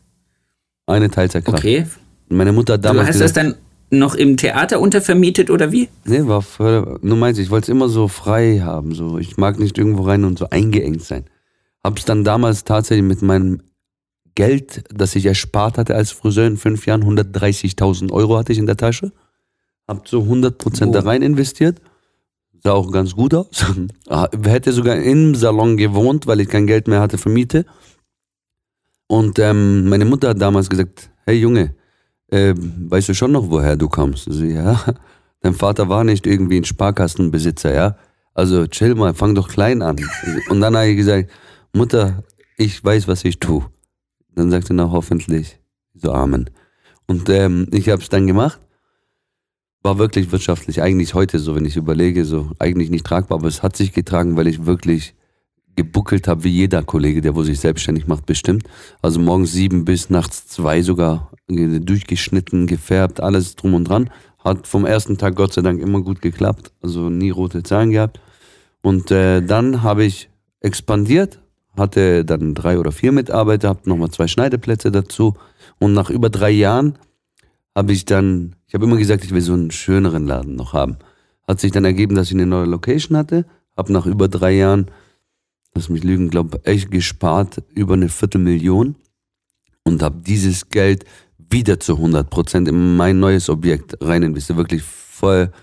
Eine Teilzeitkraft. Okay. Meine Mutter hat damals du hast gesagt, das dann noch im Theater untervermietet oder wie? Nee, war voll, nur meins, ich wollte es immer so frei haben. So. Ich mag nicht irgendwo rein und so eingeengt sein. Hab's dann damals tatsächlich mit meinem Geld, das ich erspart hatte als Friseur in fünf Jahren, hundertdreißigtausend Euro hatte ich in der Tasche. Hab so hundert Prozent oh. da rein investiert. Sah auch ganz gut aus. Hätte sogar im Salon gewohnt, weil ich kein Geld mehr hatte für Miete. Und ähm, meine Mutter hat damals gesagt, hey Junge, äh, weißt du schon noch, woher du kommst? Also, ja, dein Vater war nicht irgendwie ein Sparkassenbesitzer, ja? Also chill mal, fang doch klein an. Und dann habe ich gesagt, Mutter, ich weiß, was ich tue. Dann sagt sie, na hoffentlich, so Amen. Und ähm, ich habe es dann gemacht. War wirklich wirtschaftlich, eigentlich heute so, wenn ich überlege, so eigentlich nicht tragbar, aber es hat sich getragen, weil ich wirklich gebuckelt habe, wie jeder Kollege, der wo sich selbstständig macht, bestimmt. Also morgens sieben bis nachts zwei sogar durchgeschnitten, gefärbt, alles drum und dran. Hat vom ersten Tag Gott sei Dank immer gut geklappt, also nie rote Zahlen gehabt. Und äh, dann habe ich expandiert, hatte dann drei oder vier Mitarbeiter, habe nochmal zwei Schneideplätze dazu und nach über drei Jahren habe ich dann, ich habe immer gesagt, ich will so einen schöneren Laden noch haben. Hat sich dann ergeben, dass ich eine neue Location hatte, habe nach über drei Jahren, lass mich lügen, glaube echt gespart, über eine Viertelmillion und habe dieses Geld wieder zu hundert Prozent in mein neues Objekt rein investiert. Wirklich voll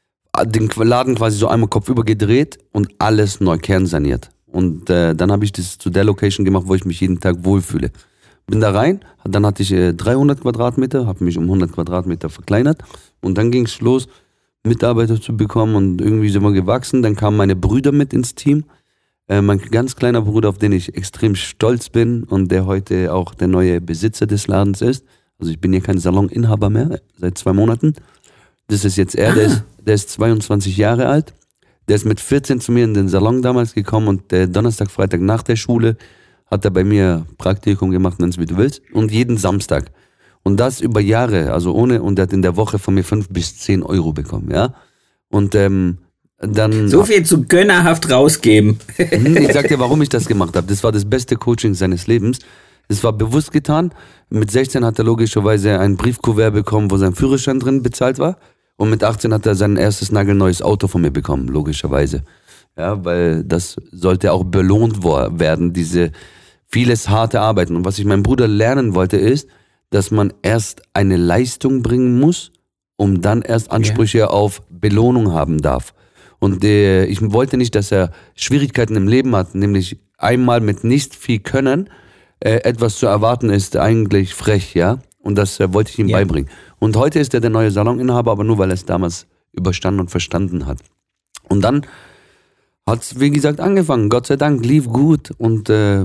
den Laden quasi so einmal kopfüber gedreht und alles neu kernsaniert. Und äh, dann habe ich das zu der Location gemacht, wo ich mich jeden Tag wohlfühle. Bin da rein, dann hatte ich äh, dreihundert Quadratmeter, habe mich um hundert Quadratmeter verkleinert und dann ging es los, Mitarbeiter zu bekommen und irgendwie sind wir gewachsen. Dann kamen meine Brüder mit ins Team. Äh, mein ganz kleiner Bruder, auf den ich extrem stolz bin und der heute auch der neue Besitzer des Ladens ist. Also ich bin hier kein Saloninhaber mehr, seit zwei Monaten. Das ist jetzt er, der ist, der ist zweiundzwanzig Jahre alt. Der ist mit vierzehn zu mir in den Salon damals gekommen und der Donnerstag, Freitag nach der Schule hat er bei mir Praktikum gemacht, nenn's wie du willst. Und jeden Samstag. Und das über Jahre, also ohne, und er hat in der Woche von mir fünf bis zehn Euro bekommen, ja. Und ähm, dann... So viel zu gönnerhaft rausgeben. Ich sag dir, warum ich das gemacht habe. Das war das beste Coaching seines Lebens. Es war bewusst getan. Mit sechzehn hat er logischerweise ein Briefkuvert bekommen, wo sein Führerschein drin bezahlt war. Und mit achtzehn hat er sein erstes nagelneues Auto von mir bekommen, logischerweise. Ja, weil das sollte auch belohnt werden, diese vieles harte Arbeiten. Und was ich meinem Bruder lernen wollte, ist, dass man erst eine Leistung bringen muss, um dann erst Ansprüche ja. auf Belohnung haben darf. Und äh, ich wollte nicht, dass er Schwierigkeiten im Leben hat, nämlich einmal mit nicht viel Können äh, etwas zu erwarten, ist eigentlich frech, ja. Und das äh, wollte ich ihm ja. beibringen. Und heute ist er der neue Saloninhaber, aber nur, weil er es damals überstanden und verstanden hat. Und dann hat es, wie gesagt, angefangen. Gott sei Dank, lief gut und äh,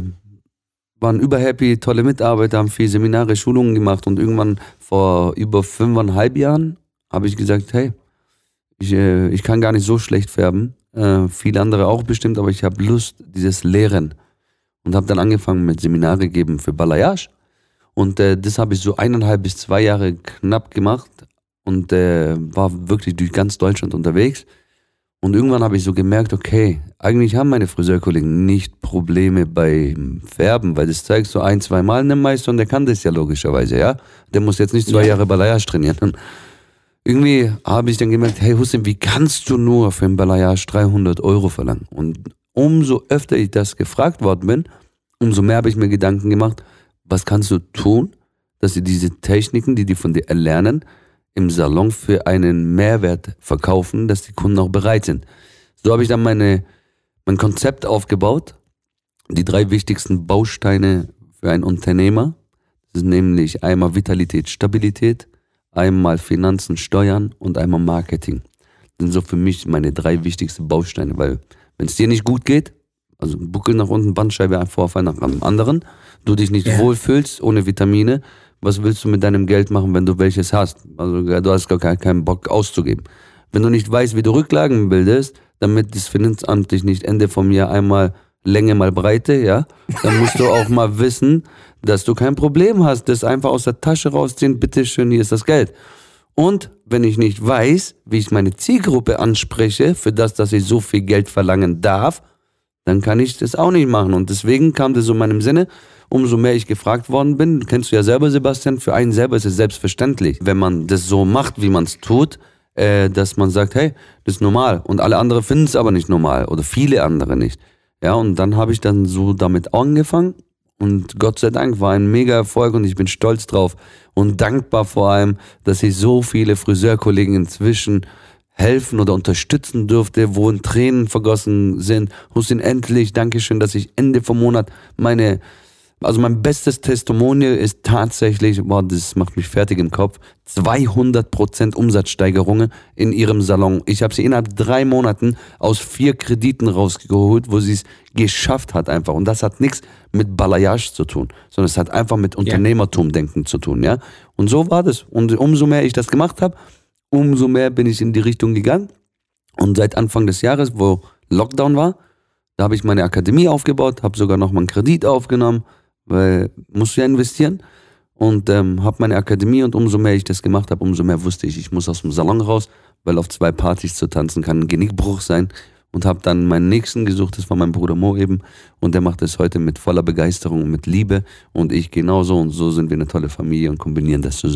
waren überhappy, tolle Mitarbeiter, haben viele Seminare, Schulungen gemacht. Und irgendwann vor über fünfeinhalb Jahren habe ich gesagt, hey, ich, äh, ich kann gar nicht so schlecht färben. Äh, viele andere auch bestimmt, aber ich habe Lust, dieses Lehren. Und habe dann angefangen mit Seminare geben für Balayage. Und äh, das habe ich so eineinhalb bis zwei Jahre knapp gemacht und äh, war wirklich durch ganz Deutschland unterwegs. Und irgendwann habe ich so gemerkt, okay, eigentlich haben meine Friseurkollegen nicht Probleme beim Färben, weil das zeigst du ein, zwei Mal einem Meister und der kann das ja logischerweise, ja. Der muss jetzt nicht zwei ja. Jahre Balayage trainieren. Und irgendwie habe ich dann gemerkt, hey Hussein, wie kannst du nur für ein Balayage dreihundert Euro verlangen? Und umso öfter ich das gefragt worden bin, umso mehr habe ich mir Gedanken gemacht, was kannst du tun, dass sie diese Techniken, die die von dir erlernen, im Salon für einen Mehrwert verkaufen, dass die Kunden auch bereit sind. So habe ich dann meine, mein Konzept aufgebaut, die drei wichtigsten Bausteine für einen Unternehmer. Das ist nämlich einmal Vitalität, Stabilität, einmal Finanzen, Steuern und einmal Marketing. Das sind so für mich meine drei wichtigsten Bausteine, weil wenn es dir nicht gut geht, also Buckel nach unten, Bandscheibe, ein Vorfall nach dem anderen, du dich nicht ja. wohlfühlst ohne Vitamine, was willst du mit deinem Geld machen, wenn du welches hast? Also du hast gar keinen Bock auszugeben. Wenn du nicht weißt, wie du Rücklagen bildest, damit das Finanzamt dich nicht Ende vom Jahr einmal Länge mal Breite, ja, dann musst du auch mal wissen, dass du kein Problem hast, das einfach aus der Tasche rausziehen, bitteschön, hier ist das Geld. Und wenn ich nicht weiß, wie ich meine Zielgruppe anspreche, für das, dass ich so viel Geld verlangen darf, dann kann ich das auch nicht machen. Und deswegen kam das so in meinem Sinne, umso mehr ich gefragt worden bin, kennst du ja selber, Sebastian, für einen selber ist es selbstverständlich, wenn man das so macht, wie man es tut, äh, dass man sagt, hey, das ist normal. Und alle anderen finden es aber nicht normal oder viele andere nicht. Ja, und dann habe ich dann so damit angefangen und Gott sei Dank war ein mega Erfolg und ich bin stolz drauf und dankbar vor allem, dass ich so viele Friseurkollegen inzwischen helfen oder unterstützen durfte, wo in Tränen vergossen sind. Hussein, endlich, Dankeschön, dass ich Ende vom Monat meine, also mein bestes Testimonial ist tatsächlich, boah, das macht mich fertig im Kopf, zweihundert Prozent Umsatzsteigerungen in ihrem Salon. Ich habe sie innerhalb drei Monaten aus vier Krediten rausgeholt, wo sie es geschafft hat einfach. Und das hat nichts mit Balayage zu tun, sondern es hat einfach mit Unternehmertum-Denken zu tun, ja. Und so war das. Und umso mehr ich das gemacht habe, umso mehr bin ich in die Richtung gegangen. Und seit Anfang des Jahres, wo Lockdown war, da habe ich meine Akademie aufgebaut, habe sogar noch mal einen Kredit aufgenommen, weil musst du ja investieren. Und ähm, habe meine Akademie und umso mehr ich das gemacht habe, umso mehr wusste ich, ich muss aus dem Salon raus, weil auf zwei Partys zu tanzen kann ein Genickbruch sein. Und habe dann meinen Nächsten gesucht, das war mein Bruder Mo eben. Und der macht das heute mit voller Begeisterung und mit Liebe. Und ich genauso. Und so sind wir eine tolle Familie und kombinieren das zusammen.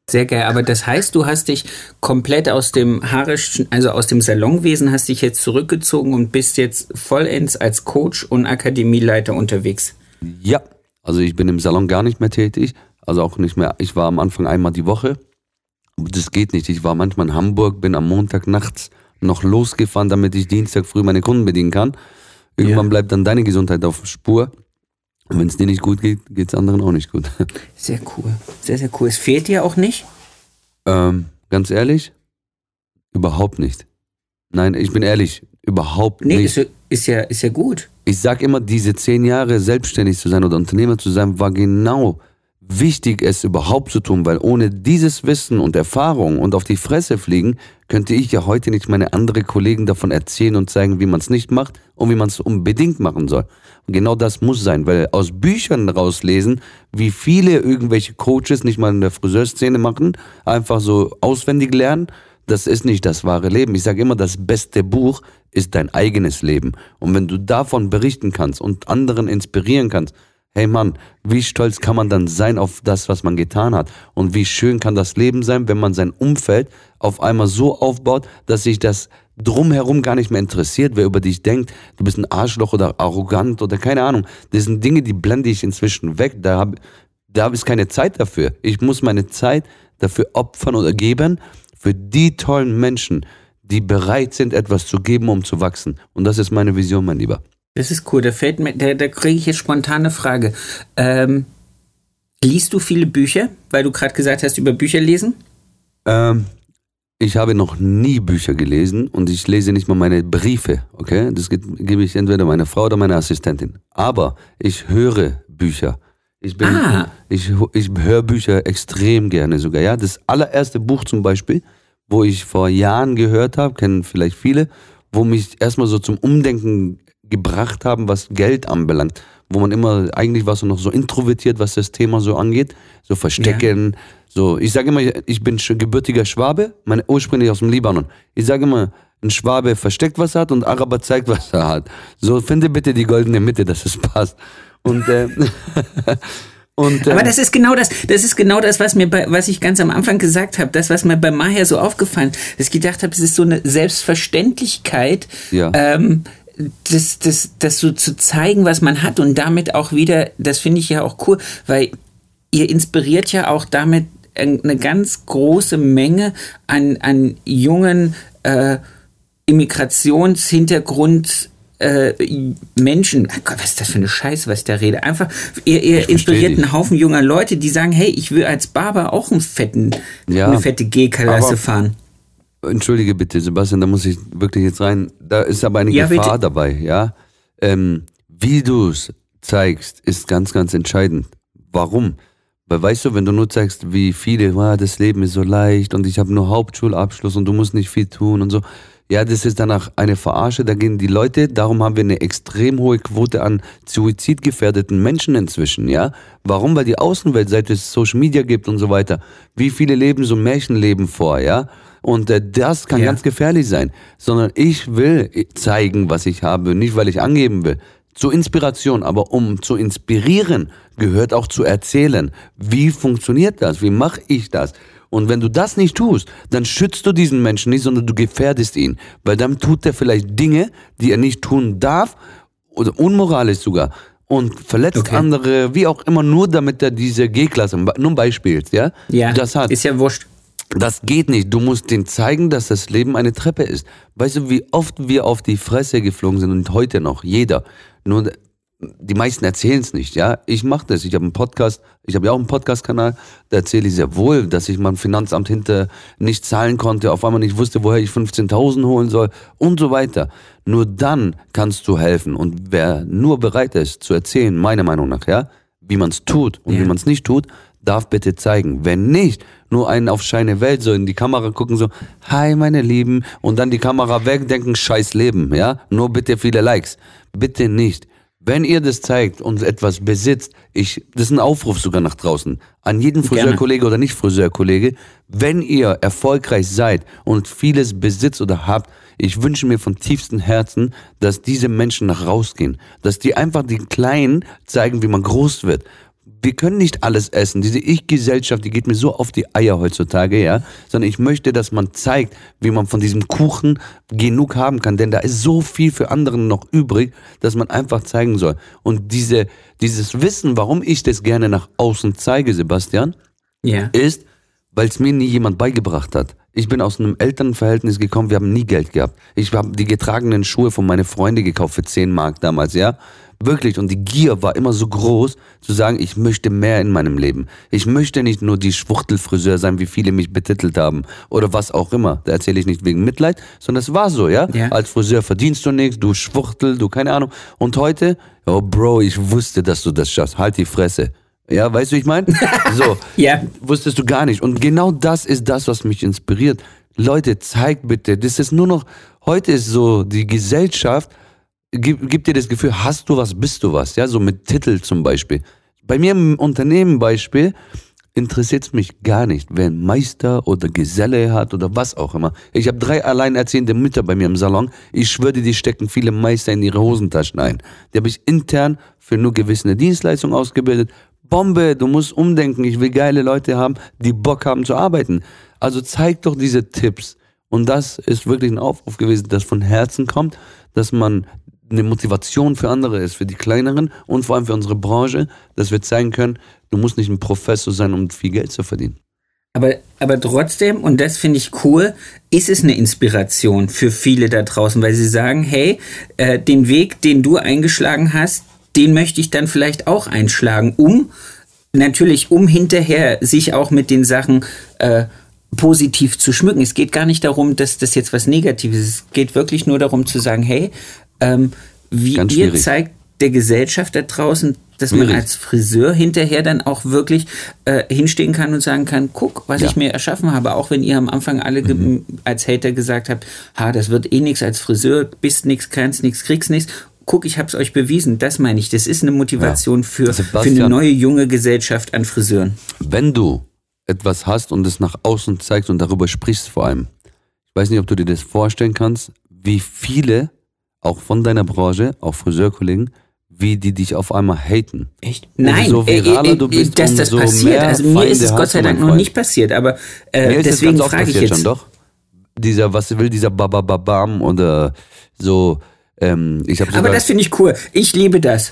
Sehr geil, aber das heißt, du hast dich komplett aus dem haarischen, also aus dem Salonwesen, hast dich jetzt zurückgezogen und bist jetzt vollends als Coach und Akademieleiter unterwegs. Ja, also ich bin im Salon gar nicht mehr tätig, also auch nicht mehr, ich war am Anfang einmal die Woche, das geht nicht, ich war manchmal in Hamburg, bin am Montag nachts noch losgefahren, damit ich Dienstag früh meine Kunden bedienen kann. Irgendwann ja. bleibt dann deine Gesundheit auf Spur. Und wenn es dir nicht gut geht, geht es anderen auch nicht gut. Sehr cool, sehr, sehr cool. Es fehlt dir auch nicht? Ähm, ganz ehrlich, überhaupt nicht. Nein, ich bin ehrlich, überhaupt nee, nicht. Nee, ist, ist, ja, ist ja gut. Ich sag immer, diese zehn Jahre selbstständig zu sein oder Unternehmer zu sein, war genau wichtig, es überhaupt zu tun, weil ohne dieses Wissen und Erfahrung und auf die Fresse fliegen, könnte ich ja heute nicht meine anderen Kollegen davon erzählen und zeigen, wie man es nicht macht und wie man es unbedingt machen soll. Und genau das muss sein, weil aus Büchern rauslesen, wie viele irgendwelche Coaches nicht mal in der Friseurszene machen, einfach so auswendig lernen, das ist nicht das wahre Leben. Ich sage immer, das beste Buch ist dein eigenes Leben. Und wenn du davon berichten kannst und anderen inspirieren kannst, hey Mann, wie stolz kann man dann sein auf das, was man getan hat? Und wie schön kann das Leben sein, wenn man sein Umfeld auf einmal so aufbaut, dass sich das drumherum gar nicht mehr interessiert, wer über dich denkt, du bist ein Arschloch oder arrogant oder keine Ahnung. Das sind Dinge, die blende ich inzwischen weg. Da habe da ist keine Zeit dafür. Ich muss meine Zeit dafür opfern oder geben, für die tollen Menschen, die bereit sind, etwas zu geben, um zu wachsen. Und das ist meine Vision, mein Lieber. Das ist cool, da fällt mir, da, da kriege ich jetzt spontan eine Frage. Ähm, liest du viele Bücher, weil du gerade gesagt hast, über Bücher lesen? Ähm, ich habe noch nie Bücher gelesen und ich lese nicht mal meine Briefe, okay? Das gebe ich entweder meiner Frau oder meiner Assistentin. Aber ich höre Bücher. Ich bin, ah. ich, ich höre Bücher extrem gerne sogar, ja? Das allererste Buch zum Beispiel, wo ich vor Jahren gehört habe, kennen vielleicht viele, wo mich erstmal so zum Umdenken gebracht haben, was Geld anbelangt, wo man immer, eigentlich warst du noch so introvertiert, was das Thema so angeht, so verstecken, ja. so, ich sage immer, ich bin gebürtiger Schwabe, meine ursprünglich aus dem Libanon, ich sage immer, ein Schwabe versteckt, was er hat und Araber zeigt, was er hat, so, finde bitte die goldene Mitte, dass es passt und, äh, Und, aber ähm, das ist genau das, das ist genau das, was mir bei, was ich ganz am Anfang gesagt habe, das, was mir bei Maher so aufgefallen ist, dass ich gedacht habe, es ist so eine Selbstverständlichkeit, ja. ähm, das, das, das so zu zeigen, was man hat und damit auch wieder, das finde ich ja auch cool, weil ihr inspiriert ja auch damit eine ganz große Menge an, an jungen äh, Immigrationshintergrund Äh, Menschen, oh Gott, was ist das für eine Scheiße, was ich da rede? Einfach, ihr, ihr inspiriert einen Haufen junger Leute, die sagen, hey, ich will als Barber auch einen fetten, ja, eine fette G-Klasse fahren. Entschuldige bitte, Sebastian, da muss ich wirklich jetzt rein. Da ist aber eine ja, Gefahr bitte. dabei, ja. Ähm, wie du es zeigst, ist ganz, ganz entscheidend. Warum? Weil weißt du, wenn du nur zeigst, wie viele, ah, das Leben ist so leicht und ich habe nur Hauptschulabschluss und du musst nicht viel tun und so. Ja, das ist danach eine Verarsche, da gehen die Leute, darum haben wir eine extrem hohe Quote an suizidgefährdeten Menschen inzwischen, ja. Warum? Weil die Außenwelt, seit es Social Media gibt und so weiter, wie viele leben so Märchenleben vor, ja. Und äh, das kann ja. ganz gefährlich sein, sondern ich will zeigen, was ich habe, nicht weil ich angeben will. Zur Inspiration, aber um zu inspirieren, gehört auch zu erzählen. Wie funktioniert das? Wie mache ich das? Und wenn du das nicht tust, dann schützt du diesen Menschen nicht, sondern du gefährdest ihn. Weil dann tut er vielleicht Dinge, die er nicht tun darf oder unmoralisch sogar. Und verletzt okay. andere, wie auch immer, nur damit er diese G-Klasse, nur ein Beispiel, ja? Ja, das hat. Ist ja wurscht. Das geht nicht. Du musst denen zeigen, dass das Leben eine Treppe ist. Weißt du, wie oft wir auf die Fresse geflogen sind und heute noch, jeder. Nur die meisten erzählen es nicht, ja. Ich mache das. Ich habe einen Podcast, ich habe ja auch einen Podcast-Kanal, da erzähle ich sehr wohl, dass ich mein Finanzamt hinter nicht zahlen konnte, auf einmal nicht wusste, woher ich fünfzehntausend holen soll und so weiter. Nur dann kannst du helfen. Und wer nur bereit ist zu erzählen, meiner Meinung nach, ja, wie man es tut und ja. wie man es nicht tut, darf bitte zeigen. Wenn nicht, nur einen auf Scheine Welt, so in die Kamera gucken, so, hi meine Lieben, und dann die Kamera wegdenken, scheiß Leben, ja, nur bitte viele Likes. Bitte nicht. Wenn ihr das zeigt und etwas besitzt, ich, das ist ein Aufruf sogar nach draußen, an jeden Friseurkollege oder nicht Friseurkollege, wenn ihr erfolgreich seid und vieles besitzt oder habt, ich wünsche mir von tiefstem Herzen, dass diese Menschen nach rausgehen, dass die einfach den Kleinen zeigen, wie man groß wird. wir können nicht alles essen. Diese Ich-Gesellschaft, die geht mir so auf die Eier heutzutage, ja. Sondern ich möchte, dass man zeigt, wie man von diesem Kuchen genug haben kann. Denn da ist so viel für andere noch übrig, dass man einfach zeigen soll. Und diese, dieses Wissen, warum ich das gerne nach außen zeige, Sebastian, ja. ist, weil es mir nie jemand beigebracht hat. Ich bin aus einem Elternverhältnis gekommen, wir haben nie Geld gehabt. Ich habe die getragenen Schuhe von meinen Freunden gekauft für zehn Mark damals, ja. Wirklich, und die Gier war immer so groß, zu sagen, ich möchte mehr in meinem Leben. Ich möchte nicht nur die Schwuchtelfriseur sein, wie viele mich betitelt haben oder was auch immer. Da erzähle ich nicht wegen Mitleid, sondern es war so, ja? ja. Als Friseur verdienst du nichts, du Schwuchtel, du keine Ahnung. Und heute, oh Bro, ich wusste, dass du das schaffst. Halt die Fresse. Ja, weißt du, wie ich meine? So, ja. Wusstest du gar nicht. Und genau das ist das, was mich inspiriert. Leute, zeigt bitte, das ist nur noch, heute ist so, die Gesellschaft Gib, gib dir das Gefühl, hast du was, bist du was, ja, so mit Titel zum Beispiel. Bei mir im Unternehmen Beispiel interessiert es mich gar nicht, wer einen Meister oder Geselle hat oder was auch immer. Ich habe drei alleinerziehende Mütter bei mir im Salon. Ich schwöre dir, die stecken viele Meister in ihre Hosentaschen ein. Die habe ich intern für nur gewisse Dienstleistungen ausgebildet. Bombe, du musst umdenken. Ich will geile Leute haben, die Bock haben zu arbeiten. Also zeig doch diese Tipps. Und das ist wirklich ein Aufruf gewesen, das von Herzen kommt, dass man eine Motivation für andere ist, für die Kleineren und vor allem für unsere Branche, dass wir zeigen können, du musst nicht ein Professor sein, um viel Geld zu verdienen. Aber, aber trotzdem, und das finde ich cool, ist es eine Inspiration für viele da draußen, weil sie sagen, hey, äh, den Weg, den du eingeschlagen hast, den möchte ich dann vielleicht auch einschlagen, um, natürlich um hinterher sich auch mit den Sachen äh, positiv zu schmücken. Es geht gar nicht darum, dass das jetzt was Negatives ist. Es geht wirklich nur darum zu sagen, hey, ähm, wie ihr zeigt der Gesellschaft da draußen, dass schwierig. Man als Friseur hinterher dann auch wirklich äh, hinstehen kann und sagen kann, guck, was ja. ich mir erschaffen habe. Auch wenn ihr am Anfang alle ge- mhm. als Hater gesagt habt, ha, das wird eh nichts als Friseur, bist nix, kannst nix, kriegst nichts. Guck, ich hab's euch bewiesen. Das meine ich. Das ist eine Motivation ja. für, für eine neue, junge Gesellschaft an Friseuren. Wenn du etwas hast und es nach außen zeigst und darüber sprichst vor allem, ich weiß nicht, ob du dir das vorstellen kannst, wie viele auch von deiner Branche, auch Friseurkollegen, wie die dich auf einmal haten. Echt? Nein, so viraler äh, du bist, dass das passiert. Also mir Feinde ist es Gott sei Dank noch nicht passiert, aber äh, deswegen frage ich jetzt. Schon, doch. Dieser, was will dieser Babababam oder so. Ähm, ich hab sogar, aber das finde ich cool. Ich liebe das.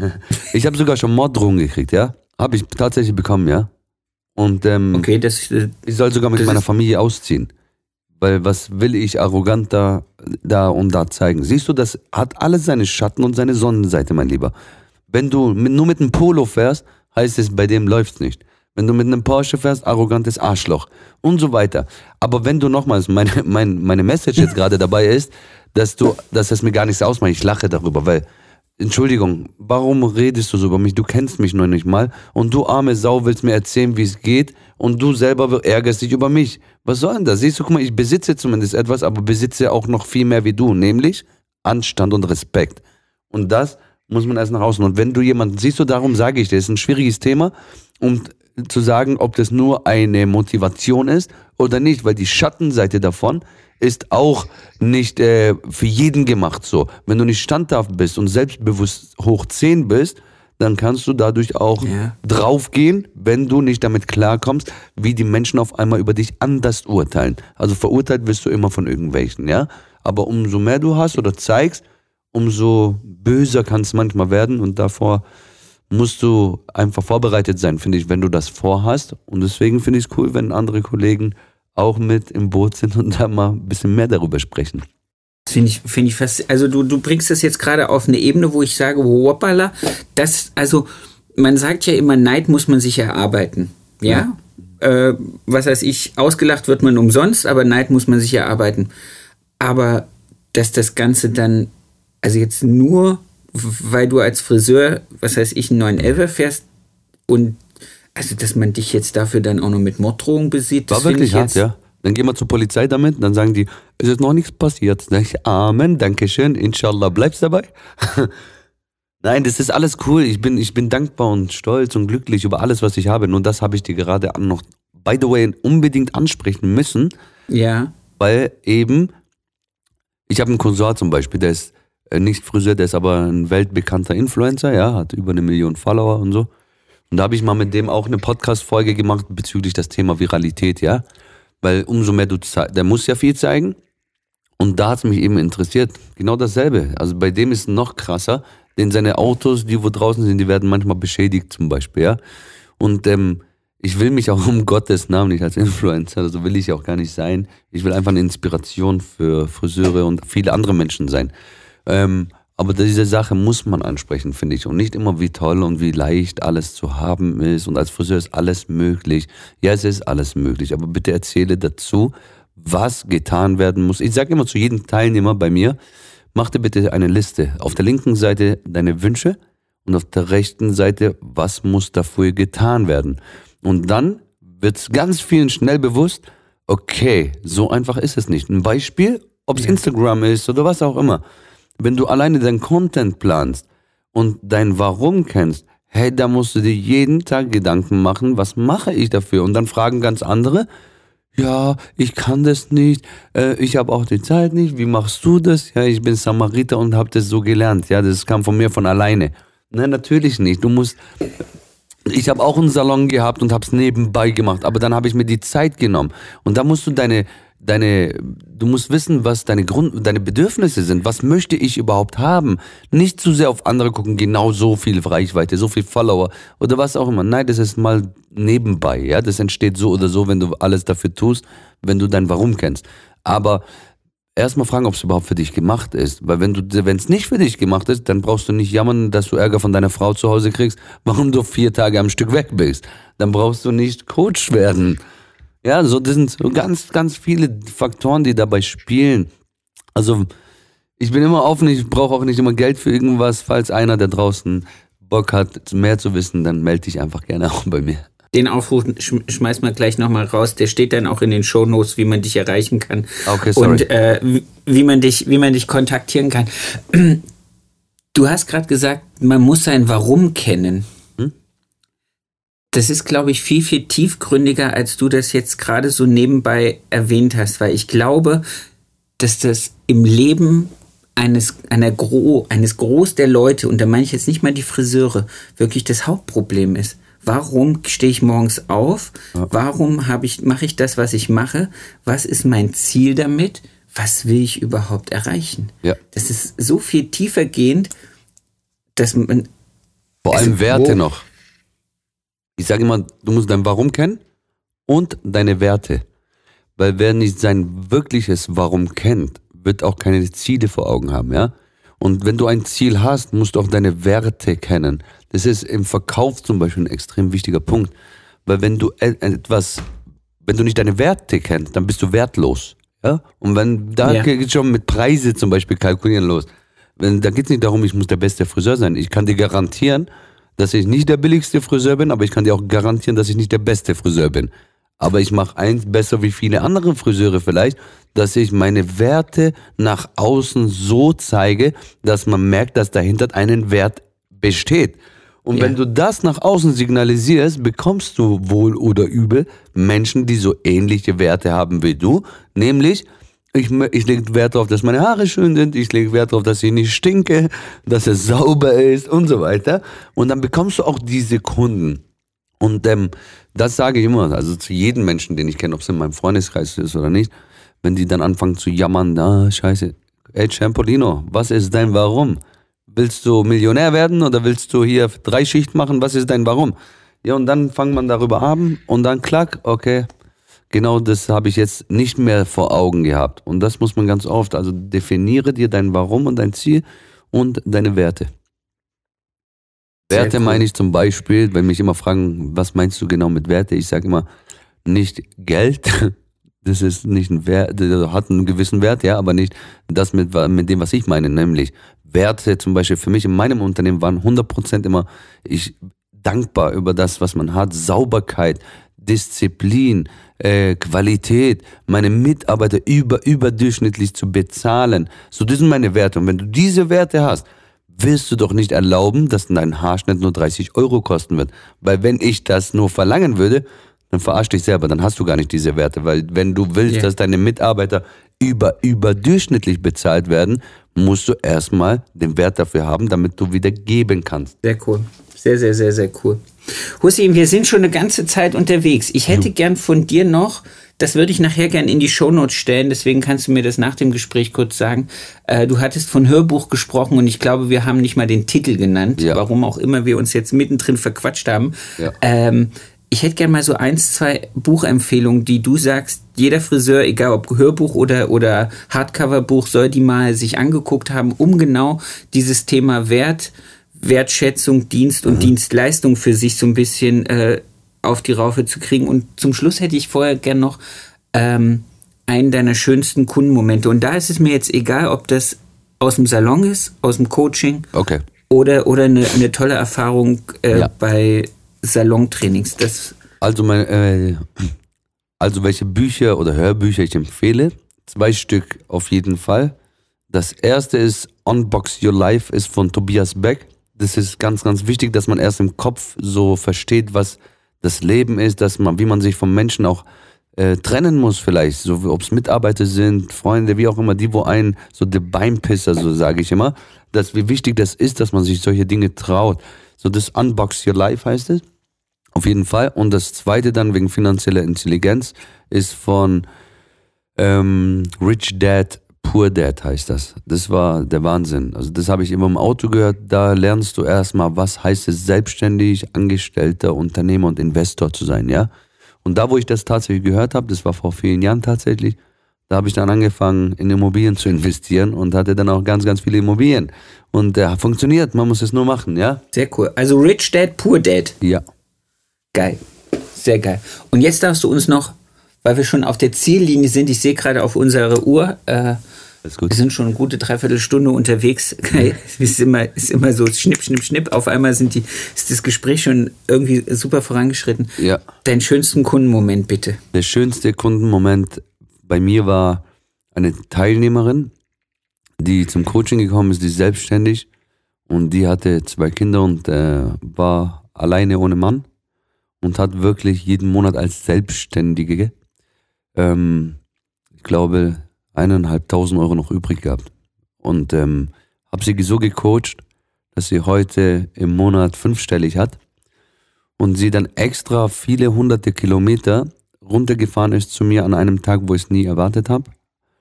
Ich habe sogar schon Morddrohungen gekriegt, ja? Habe ich tatsächlich bekommen, ja? Und ähm, okay, das, äh, ich soll sogar mit meiner Familie ausziehen. Weil was will ich arrogant da, da und da zeigen? Siehst du, das hat alles seine Schatten und seine Sonnenseite, mein Lieber. Wenn du mit, nur mit einem Polo fährst, heißt es, bei dem läuft's nicht. Wenn du mit einem Porsche fährst, arrogantes Arschloch und so weiter. Aber wenn du nochmals, meine, meine, meine Message jetzt gerade dabei ist, dass du, dass es mir gar nichts ausmacht, ich lache darüber, weil, Entschuldigung, warum redest du so über mich? Du kennst mich noch nicht mal und du arme Sau willst mir erzählen, wie es geht und du selber ärgerst dich über mich. Was soll denn das? Siehst du, guck mal, ich besitze zumindest etwas, aber besitze auch noch viel mehr wie du, nämlich Anstand und Respekt. Und das muss man erst nach außen. Und wenn du jemanden, siehst du, darum sage ich dir, das ist ein schwieriges Thema, um zu sagen, ob das nur eine Motivation ist oder nicht, weil die Schattenseite davon ist auch nicht äh, für jeden gemacht so. Wenn du nicht standhaft bist und selbstbewusst hoch zehn bist, dann kannst du dadurch auch ja. draufgehen, wenn du nicht damit klarkommst, wie die Menschen auf einmal über dich anders urteilen. Also verurteilt wirst du immer von irgendwelchen, ja. Aber umso mehr du hast oder zeigst, umso böser kann es manchmal werden und davor musst du einfach vorbereitet sein, finde ich, wenn du das vorhast. Und deswegen finde ich es cool, wenn andere Kollegen auch mit im Boot sind und da mal ein bisschen mehr darüber sprechen. Das finde ich, finde ich fast, also du, du bringst das jetzt gerade auf eine Ebene, wo ich sage, hoppala, das, also man sagt ja immer, Neid muss man sich erarbeiten, ja? ja. Äh, was weiß ich, ausgelacht wird man umsonst, aber Neid muss man sich erarbeiten. Aber dass das Ganze dann, also jetzt nur, weil du als Friseur, was weiß ich, einen neun elfer fährst und also, dass man dich jetzt dafür dann auch noch mit Morddrohungen besieht, das war wirklich hart, jetzt ja. Dann gehen wir zur Polizei damit, dann sagen die, es ist noch nichts passiert. Dann sage ich, Amen, Dankeschön, Inshallah, bleibst dabei. Nein, das ist alles cool. Ich bin, ich bin dankbar und stolz und glücklich über alles, was ich habe. Nur das habe ich dir gerade noch, by the way, unbedingt ansprechen müssen. Ja. Weil eben, ich habe einen Cousin zum Beispiel, der ist nicht Friseur, der ist aber ein weltbekannter Influencer, ja, hat über eine Million Follower und so. Und da habe ich mal mit dem auch eine Podcast-Folge gemacht bezüglich das Thema Viralität, ja. Weil umso mehr du zeigst, der muss ja viel zeigen. Und da hat es mich eben interessiert. Genau dasselbe. Also bei dem ist es noch krasser, denn seine Autos, die wo draußen sind, die werden manchmal beschädigt zum Beispiel, ja. Und ähm, ich will mich auch um Gottes Namen nicht als Influencer, also will ich auch gar nicht sein. Ich will einfach eine Inspiration für Friseure und viele andere Menschen sein. Ähm, aber diese Sache muss man ansprechen, finde ich. Und nicht immer, wie toll und wie leicht alles zu haben ist. Und als Friseur ist alles möglich. Ja, es ist alles möglich. Aber bitte erzähle dazu, was getan werden muss. Ich sage immer zu jedem Teilnehmer bei mir, mach dir bitte eine Liste. Auf der linken Seite deine Wünsche und auf der rechten Seite, was muss dafür getan werden. Und dann wird es ganz vielen schnell bewusst, okay, so einfach ist es nicht. Ein Beispiel, ob es ja. Instagram ist oder was auch immer. Wenn du alleine deinen Content planst und dein Warum kennst, hey, da musst du dir jeden Tag Gedanken machen, was mache ich dafür? Und dann fragen ganz andere, ja, ich kann das nicht, äh, ich habe auch die Zeit nicht, wie machst du das? Ja, ich bin Samariter und habe das so gelernt, ja, das kam von mir von alleine. Nein, natürlich nicht, du musst... Ich habe auch einen Salon gehabt und habe es nebenbei gemacht, aber dann habe ich mir die Zeit genommen. Und da musst du deine, deine, du musst wissen, was deine Grund, deine Bedürfnisse sind. Was möchte ich überhaupt haben? Nicht zu sehr auf andere gucken, genau so viel Reichweite, so viel Follower oder was auch immer. Nein, das ist mal nebenbei, ja. Das entsteht so oder so, wenn du alles dafür tust, wenn du dein Warum kennst. Aber erstmal fragen, ob es überhaupt für dich gemacht ist. Weil wenn du, wenn es nicht für dich gemacht ist, dann brauchst du nicht jammern, dass du Ärger von deiner Frau zu Hause kriegst, warum du vier Tage am Stück weg bist. Dann brauchst du nicht Coach werden. Ja, so, das sind so ganz, ganz viele Faktoren, die dabei spielen. Also, ich bin immer offen, ich brauche auch nicht immer Geld für irgendwas. Falls einer, der draußen Bock hat, mehr zu wissen, dann melde dich einfach gerne auch bei mir. Den Aufruf schmeiß mal gleich nochmal raus. Der steht dann auch in den Shownotes, wie man dich erreichen kann. Okay, sorry. Und äh, wie man dich, wie man dich kontaktieren kann. Du hast gerade gesagt, man muss sein Warum kennen. Hm? Das ist, glaube ich, viel, viel tiefgründiger, als du das jetzt gerade so nebenbei erwähnt hast. Weil ich glaube, dass das im Leben eines, einer Gro, eines Groß der Leute, und da meine ich jetzt nicht mal die Friseure, wirklich das Hauptproblem ist. Warum stehe ich morgens auf? Ja. Warum habe ich, mache ich das, was ich mache? Was ist mein Ziel damit? Was will ich überhaupt erreichen? Ja. Das ist so viel tiefer gehend, dass man... Vor allem also, Werte wo, noch. Ich sage immer, du musst dein Warum kennen und deine Werte. Weil wer nicht sein wirkliches Warum kennt, wird auch keine Ziele vor Augen haben, ja? Und wenn du ein Ziel hast, musst du auch deine Werte kennen. Das ist im Verkauf zum Beispiel ein extrem wichtiger Punkt. Weil wenn du etwas, wenn du nicht deine Werte kennst, dann bist du wertlos. Ja? Und wenn, da ja. geht schon mit Preise zum Beispiel kalkulieren los. Wenn, da geht es nicht darum, ich muss der beste Friseur sein. Ich kann dir garantieren, dass ich nicht der billigste Friseur bin, aber ich kann dir auch garantieren, dass ich nicht der beste Friseur bin. Aber ich mache eins besser wie viele andere Friseure vielleicht, dass ich meine Werte nach außen so zeige, dass man merkt, dass dahinter einen Wert besteht. Und ja. wenn du das nach außen signalisierst, bekommst du wohl oder übel Menschen, die so ähnliche Werte haben wie du. Nämlich, ich, ich lege Wert darauf, dass meine Haare schön sind, ich lege Wert darauf, dass ich nicht stinke, dass es sauber ist und so weiter. Und dann bekommst du auch diese Kunden. Und ähm, das sage ich immer, also zu jedem Menschen, den ich kenne, ob es in meinem Freundeskreis ist oder nicht, wenn die dann anfangen zu jammern, ah, scheiße, ey Ciampolino, was ist dein Warum? Willst du Millionär werden oder willst du hier drei Schicht machen, was ist dein Warum? Ja, und dann fängt man darüber an und dann klack, okay, genau das habe ich jetzt nicht mehr vor Augen gehabt. Und das muss man ganz oft, also definiere dir dein Warum und dein Ziel und deine Werte. Werte cool. meine ich zum Beispiel, wenn mich immer fragen, was meinst du genau mit Werte? Ich sage immer, nicht Geld, das ist nicht ein Wert, das hat einen gewissen Wert, ja, aber nicht das mit, mit dem, was ich meine, nämlich Werte zum Beispiel für mich in meinem Unternehmen waren hundert Prozent immer ich dankbar über das, was man hat, Sauberkeit, Disziplin, äh, Qualität, meine Mitarbeiter über, überdurchschnittlich zu bezahlen. So, das sind meine Werte. Und wenn du diese Werte hast, willst du doch nicht erlauben, dass dein Haarschnitt nur dreißig Euro kosten wird. Weil wenn ich das nur verlangen würde, dann verarsch dich selber, dann hast du gar nicht diese Werte. Weil wenn du willst, yeah. dass deine Mitarbeiter über, überdurchschnittlich bezahlt werden, musst du erstmal den Wert dafür haben, damit du wieder geben kannst. Sehr cool. Sehr, sehr, sehr, sehr cool. Hussein, wir sind schon eine ganze Zeit unterwegs. Ich hätte jo. gern von dir noch, das würde ich nachher gern in die Shownotes stellen, deswegen kannst du mir das nach dem Gespräch kurz sagen. Äh, du hattest von Hörbuch gesprochen und ich glaube, wir haben nicht mal den Titel genannt, ja. warum auch immer wir uns jetzt mittendrin verquatscht haben. Ja. Ähm, ich hätte gern mal so eins, zwei Buchempfehlungen, die du sagst, jeder Friseur, egal ob Hörbuch oder, oder Hardcover-Buch, soll die mal sich angeguckt haben, um genau dieses Thema Wert, Wertschätzung, Dienst und mhm. Dienstleistung für sich so ein bisschen äh, auf die Raufe zu kriegen. Und zum Schluss hätte ich vorher gern noch ähm, einen deiner schönsten Kundenmomente. Und da ist es mir jetzt egal, ob das aus dem Salon ist, aus dem Coaching okay. oder, oder eine, eine tolle Erfahrung äh, ja. bei Salontrainings. Das also, mein, äh, also welche Bücher oder Hörbücher ich empfehle? Zwei Stück auf jeden Fall. Das erste ist Unbox Your Life, ist von Tobias Beck. Das ist ganz, ganz wichtig, dass man erst im Kopf so versteht, was das Leben ist, dass man, wie man sich vom Menschen auch äh, trennen muss vielleicht, so ob es Mitarbeiter sind, Freunde, wie auch immer, die wo einen, so die Beinpisser, so sage ich immer, dass wie wichtig das ist, dass man sich solche Dinge traut. So das Unbox Your Life heißt es, auf jeden Fall. Und das zweite dann wegen finanzieller Intelligenz ist von ähm, Rich Dad, Poor Dad heißt das. Das war der Wahnsinn. Also das habe ich immer im Auto gehört. Da lernst du erstmal, was heißt es, selbstständig, Angestellter, Unternehmer und Investor zu sein, ja. Und da, wo ich das tatsächlich gehört habe, das war vor vielen Jahren tatsächlich, da habe ich dann angefangen, in Immobilien zu investieren und hatte dann auch ganz, ganz viele Immobilien. Und der äh, funktioniert, man muss es nur machen, ja. Sehr cool. Also Rich Dad, Poor Dad. Ja. Geil. Sehr geil. Und jetzt darfst du uns noch, weil wir schon auf der Ziellinie sind, ich sehe gerade auf unsere Uhr, äh, wir sind schon eine gute Dreiviertelstunde unterwegs. Es ist immer, ist immer so schnipp, schnipp, schnipp. Auf einmal sind die, ist das Gespräch schon irgendwie super vorangeschritten. Ja. Deinen schönsten Kundenmoment, bitte. Der schönste Kundenmoment bei mir war eine Teilnehmerin, die zum Coaching gekommen ist, die ist selbstständig und die hatte zwei Kinder und äh, war alleine ohne Mann und hat wirklich jeden Monat als Selbstständige, ähm, ich glaube, eineinhalbtausend Euro noch übrig gehabt. Und ähm, habe sie so gecoacht, dass sie heute im Monat fünfstellig hat und sie dann extra viele hunderte Kilometer runtergefahren ist zu mir an einem Tag, wo ich es nie erwartet habe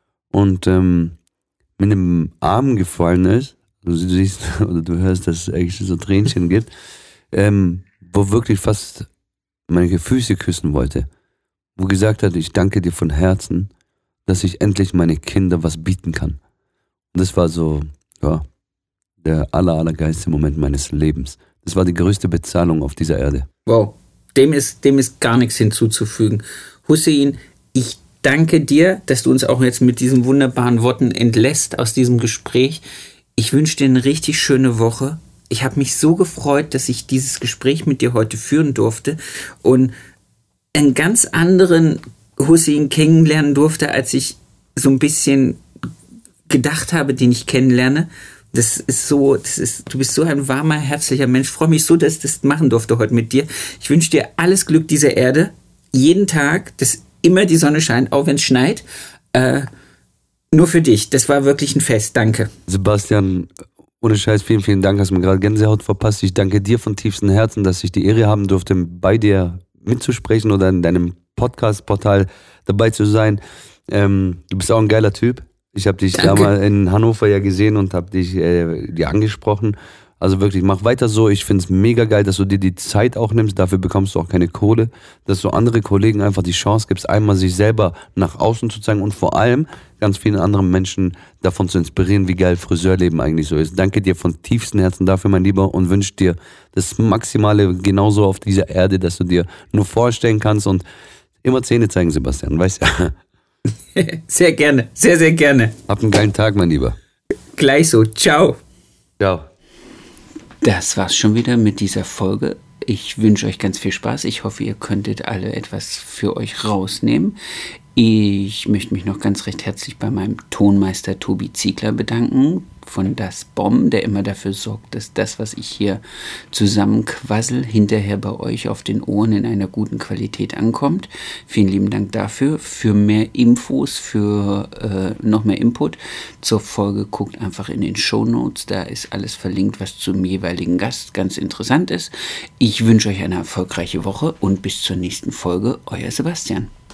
und ähm, mit einem Arm gefallen ist, also du siehst oder du hörst, dass es eigentlich so Tränchen gibt, ähm, wo wirklich fast meine Füße küssen wollte, wo gesagt hat, ich danke dir von Herzen, dass ich endlich meine Kinder was bieten kann. Und das war so, ja, der aller, allergeilste Moment meines Lebens. Das war die größte Bezahlung auf dieser Erde. Wow, dem ist, dem ist gar nichts hinzuzufügen. Hussein, ich danke dir, dass du uns auch jetzt mit diesen wunderbaren Worten entlässt aus diesem Gespräch. Ich wünsche dir eine richtig schöne Woche. Ich habe mich so gefreut, dass ich dieses Gespräch mit dir heute führen durfte und einen ganz anderen Hussein kennenlernen durfte, als ich so ein bisschen gedacht habe, den ich kennenlerne. Das ist so, das ist, du bist so ein warmer, herzlicher Mensch. Ich freue mich so, dass ich das machen durfte heute mit dir. Ich wünsche dir alles Glück dieser Erde. Jeden Tag, dass immer die Sonne scheint, auch wenn es schneit. Äh, nur für dich. Das war wirklich ein Fest. Danke. Sebastian, ohne Scheiß, vielen, vielen Dank. Hast mir gerade Gänsehaut verpasst. Ich danke dir von tiefstem Herzen, dass ich die Ehre haben durfte, bei dir mitzusprechen oder in deinem Podcast-Portal dabei zu sein. Ähm, du bist auch ein geiler Typ. Ich habe dich Danke. damals in Hannover ja gesehen und habe dich äh, dir angesprochen. Also wirklich, mach weiter so. Ich finde es mega geil, dass du dir die Zeit auch nimmst. Dafür bekommst du auch keine Kohle. Dass du andere Kollegen einfach die Chance gibst, einmal sich selber nach außen zu zeigen und vor allem ganz vielen anderen Menschen davon zu inspirieren, wie geil Friseurleben eigentlich so ist. Danke dir von tiefstem Herzen dafür, mein Lieber, und wünsche dir das Maximale genauso auf dieser Erde, dass du dir nur vorstellen kannst und immer Zähne zeigen, Sebastian, weißt du? Sehr gerne, sehr, sehr gerne. Hab einen geilen Tag, mein Lieber. Gleich so, ciao. Ciao. Das war's schon wieder mit dieser Folge. Ich wünsche euch ganz viel Spaß. Ich hoffe, ihr könntet alle etwas für euch rausnehmen. Ich möchte mich noch ganz recht herzlich bei meinem Tonmeister Tobi Ziegler bedanken von Das Bomb, der immer dafür sorgt, dass das, was ich hier zusammenquassel, hinterher bei euch auf den Ohren in einer guten Qualität ankommt. Vielen lieben Dank dafür. Für mehr Infos, für äh, noch mehr Input zur Folge, guckt einfach in den Shownotes. Da ist alles verlinkt, was zum jeweiligen Gast ganz interessant ist. Ich wünsche euch eine erfolgreiche Woche und bis zur nächsten Folge. Euer Sebastian.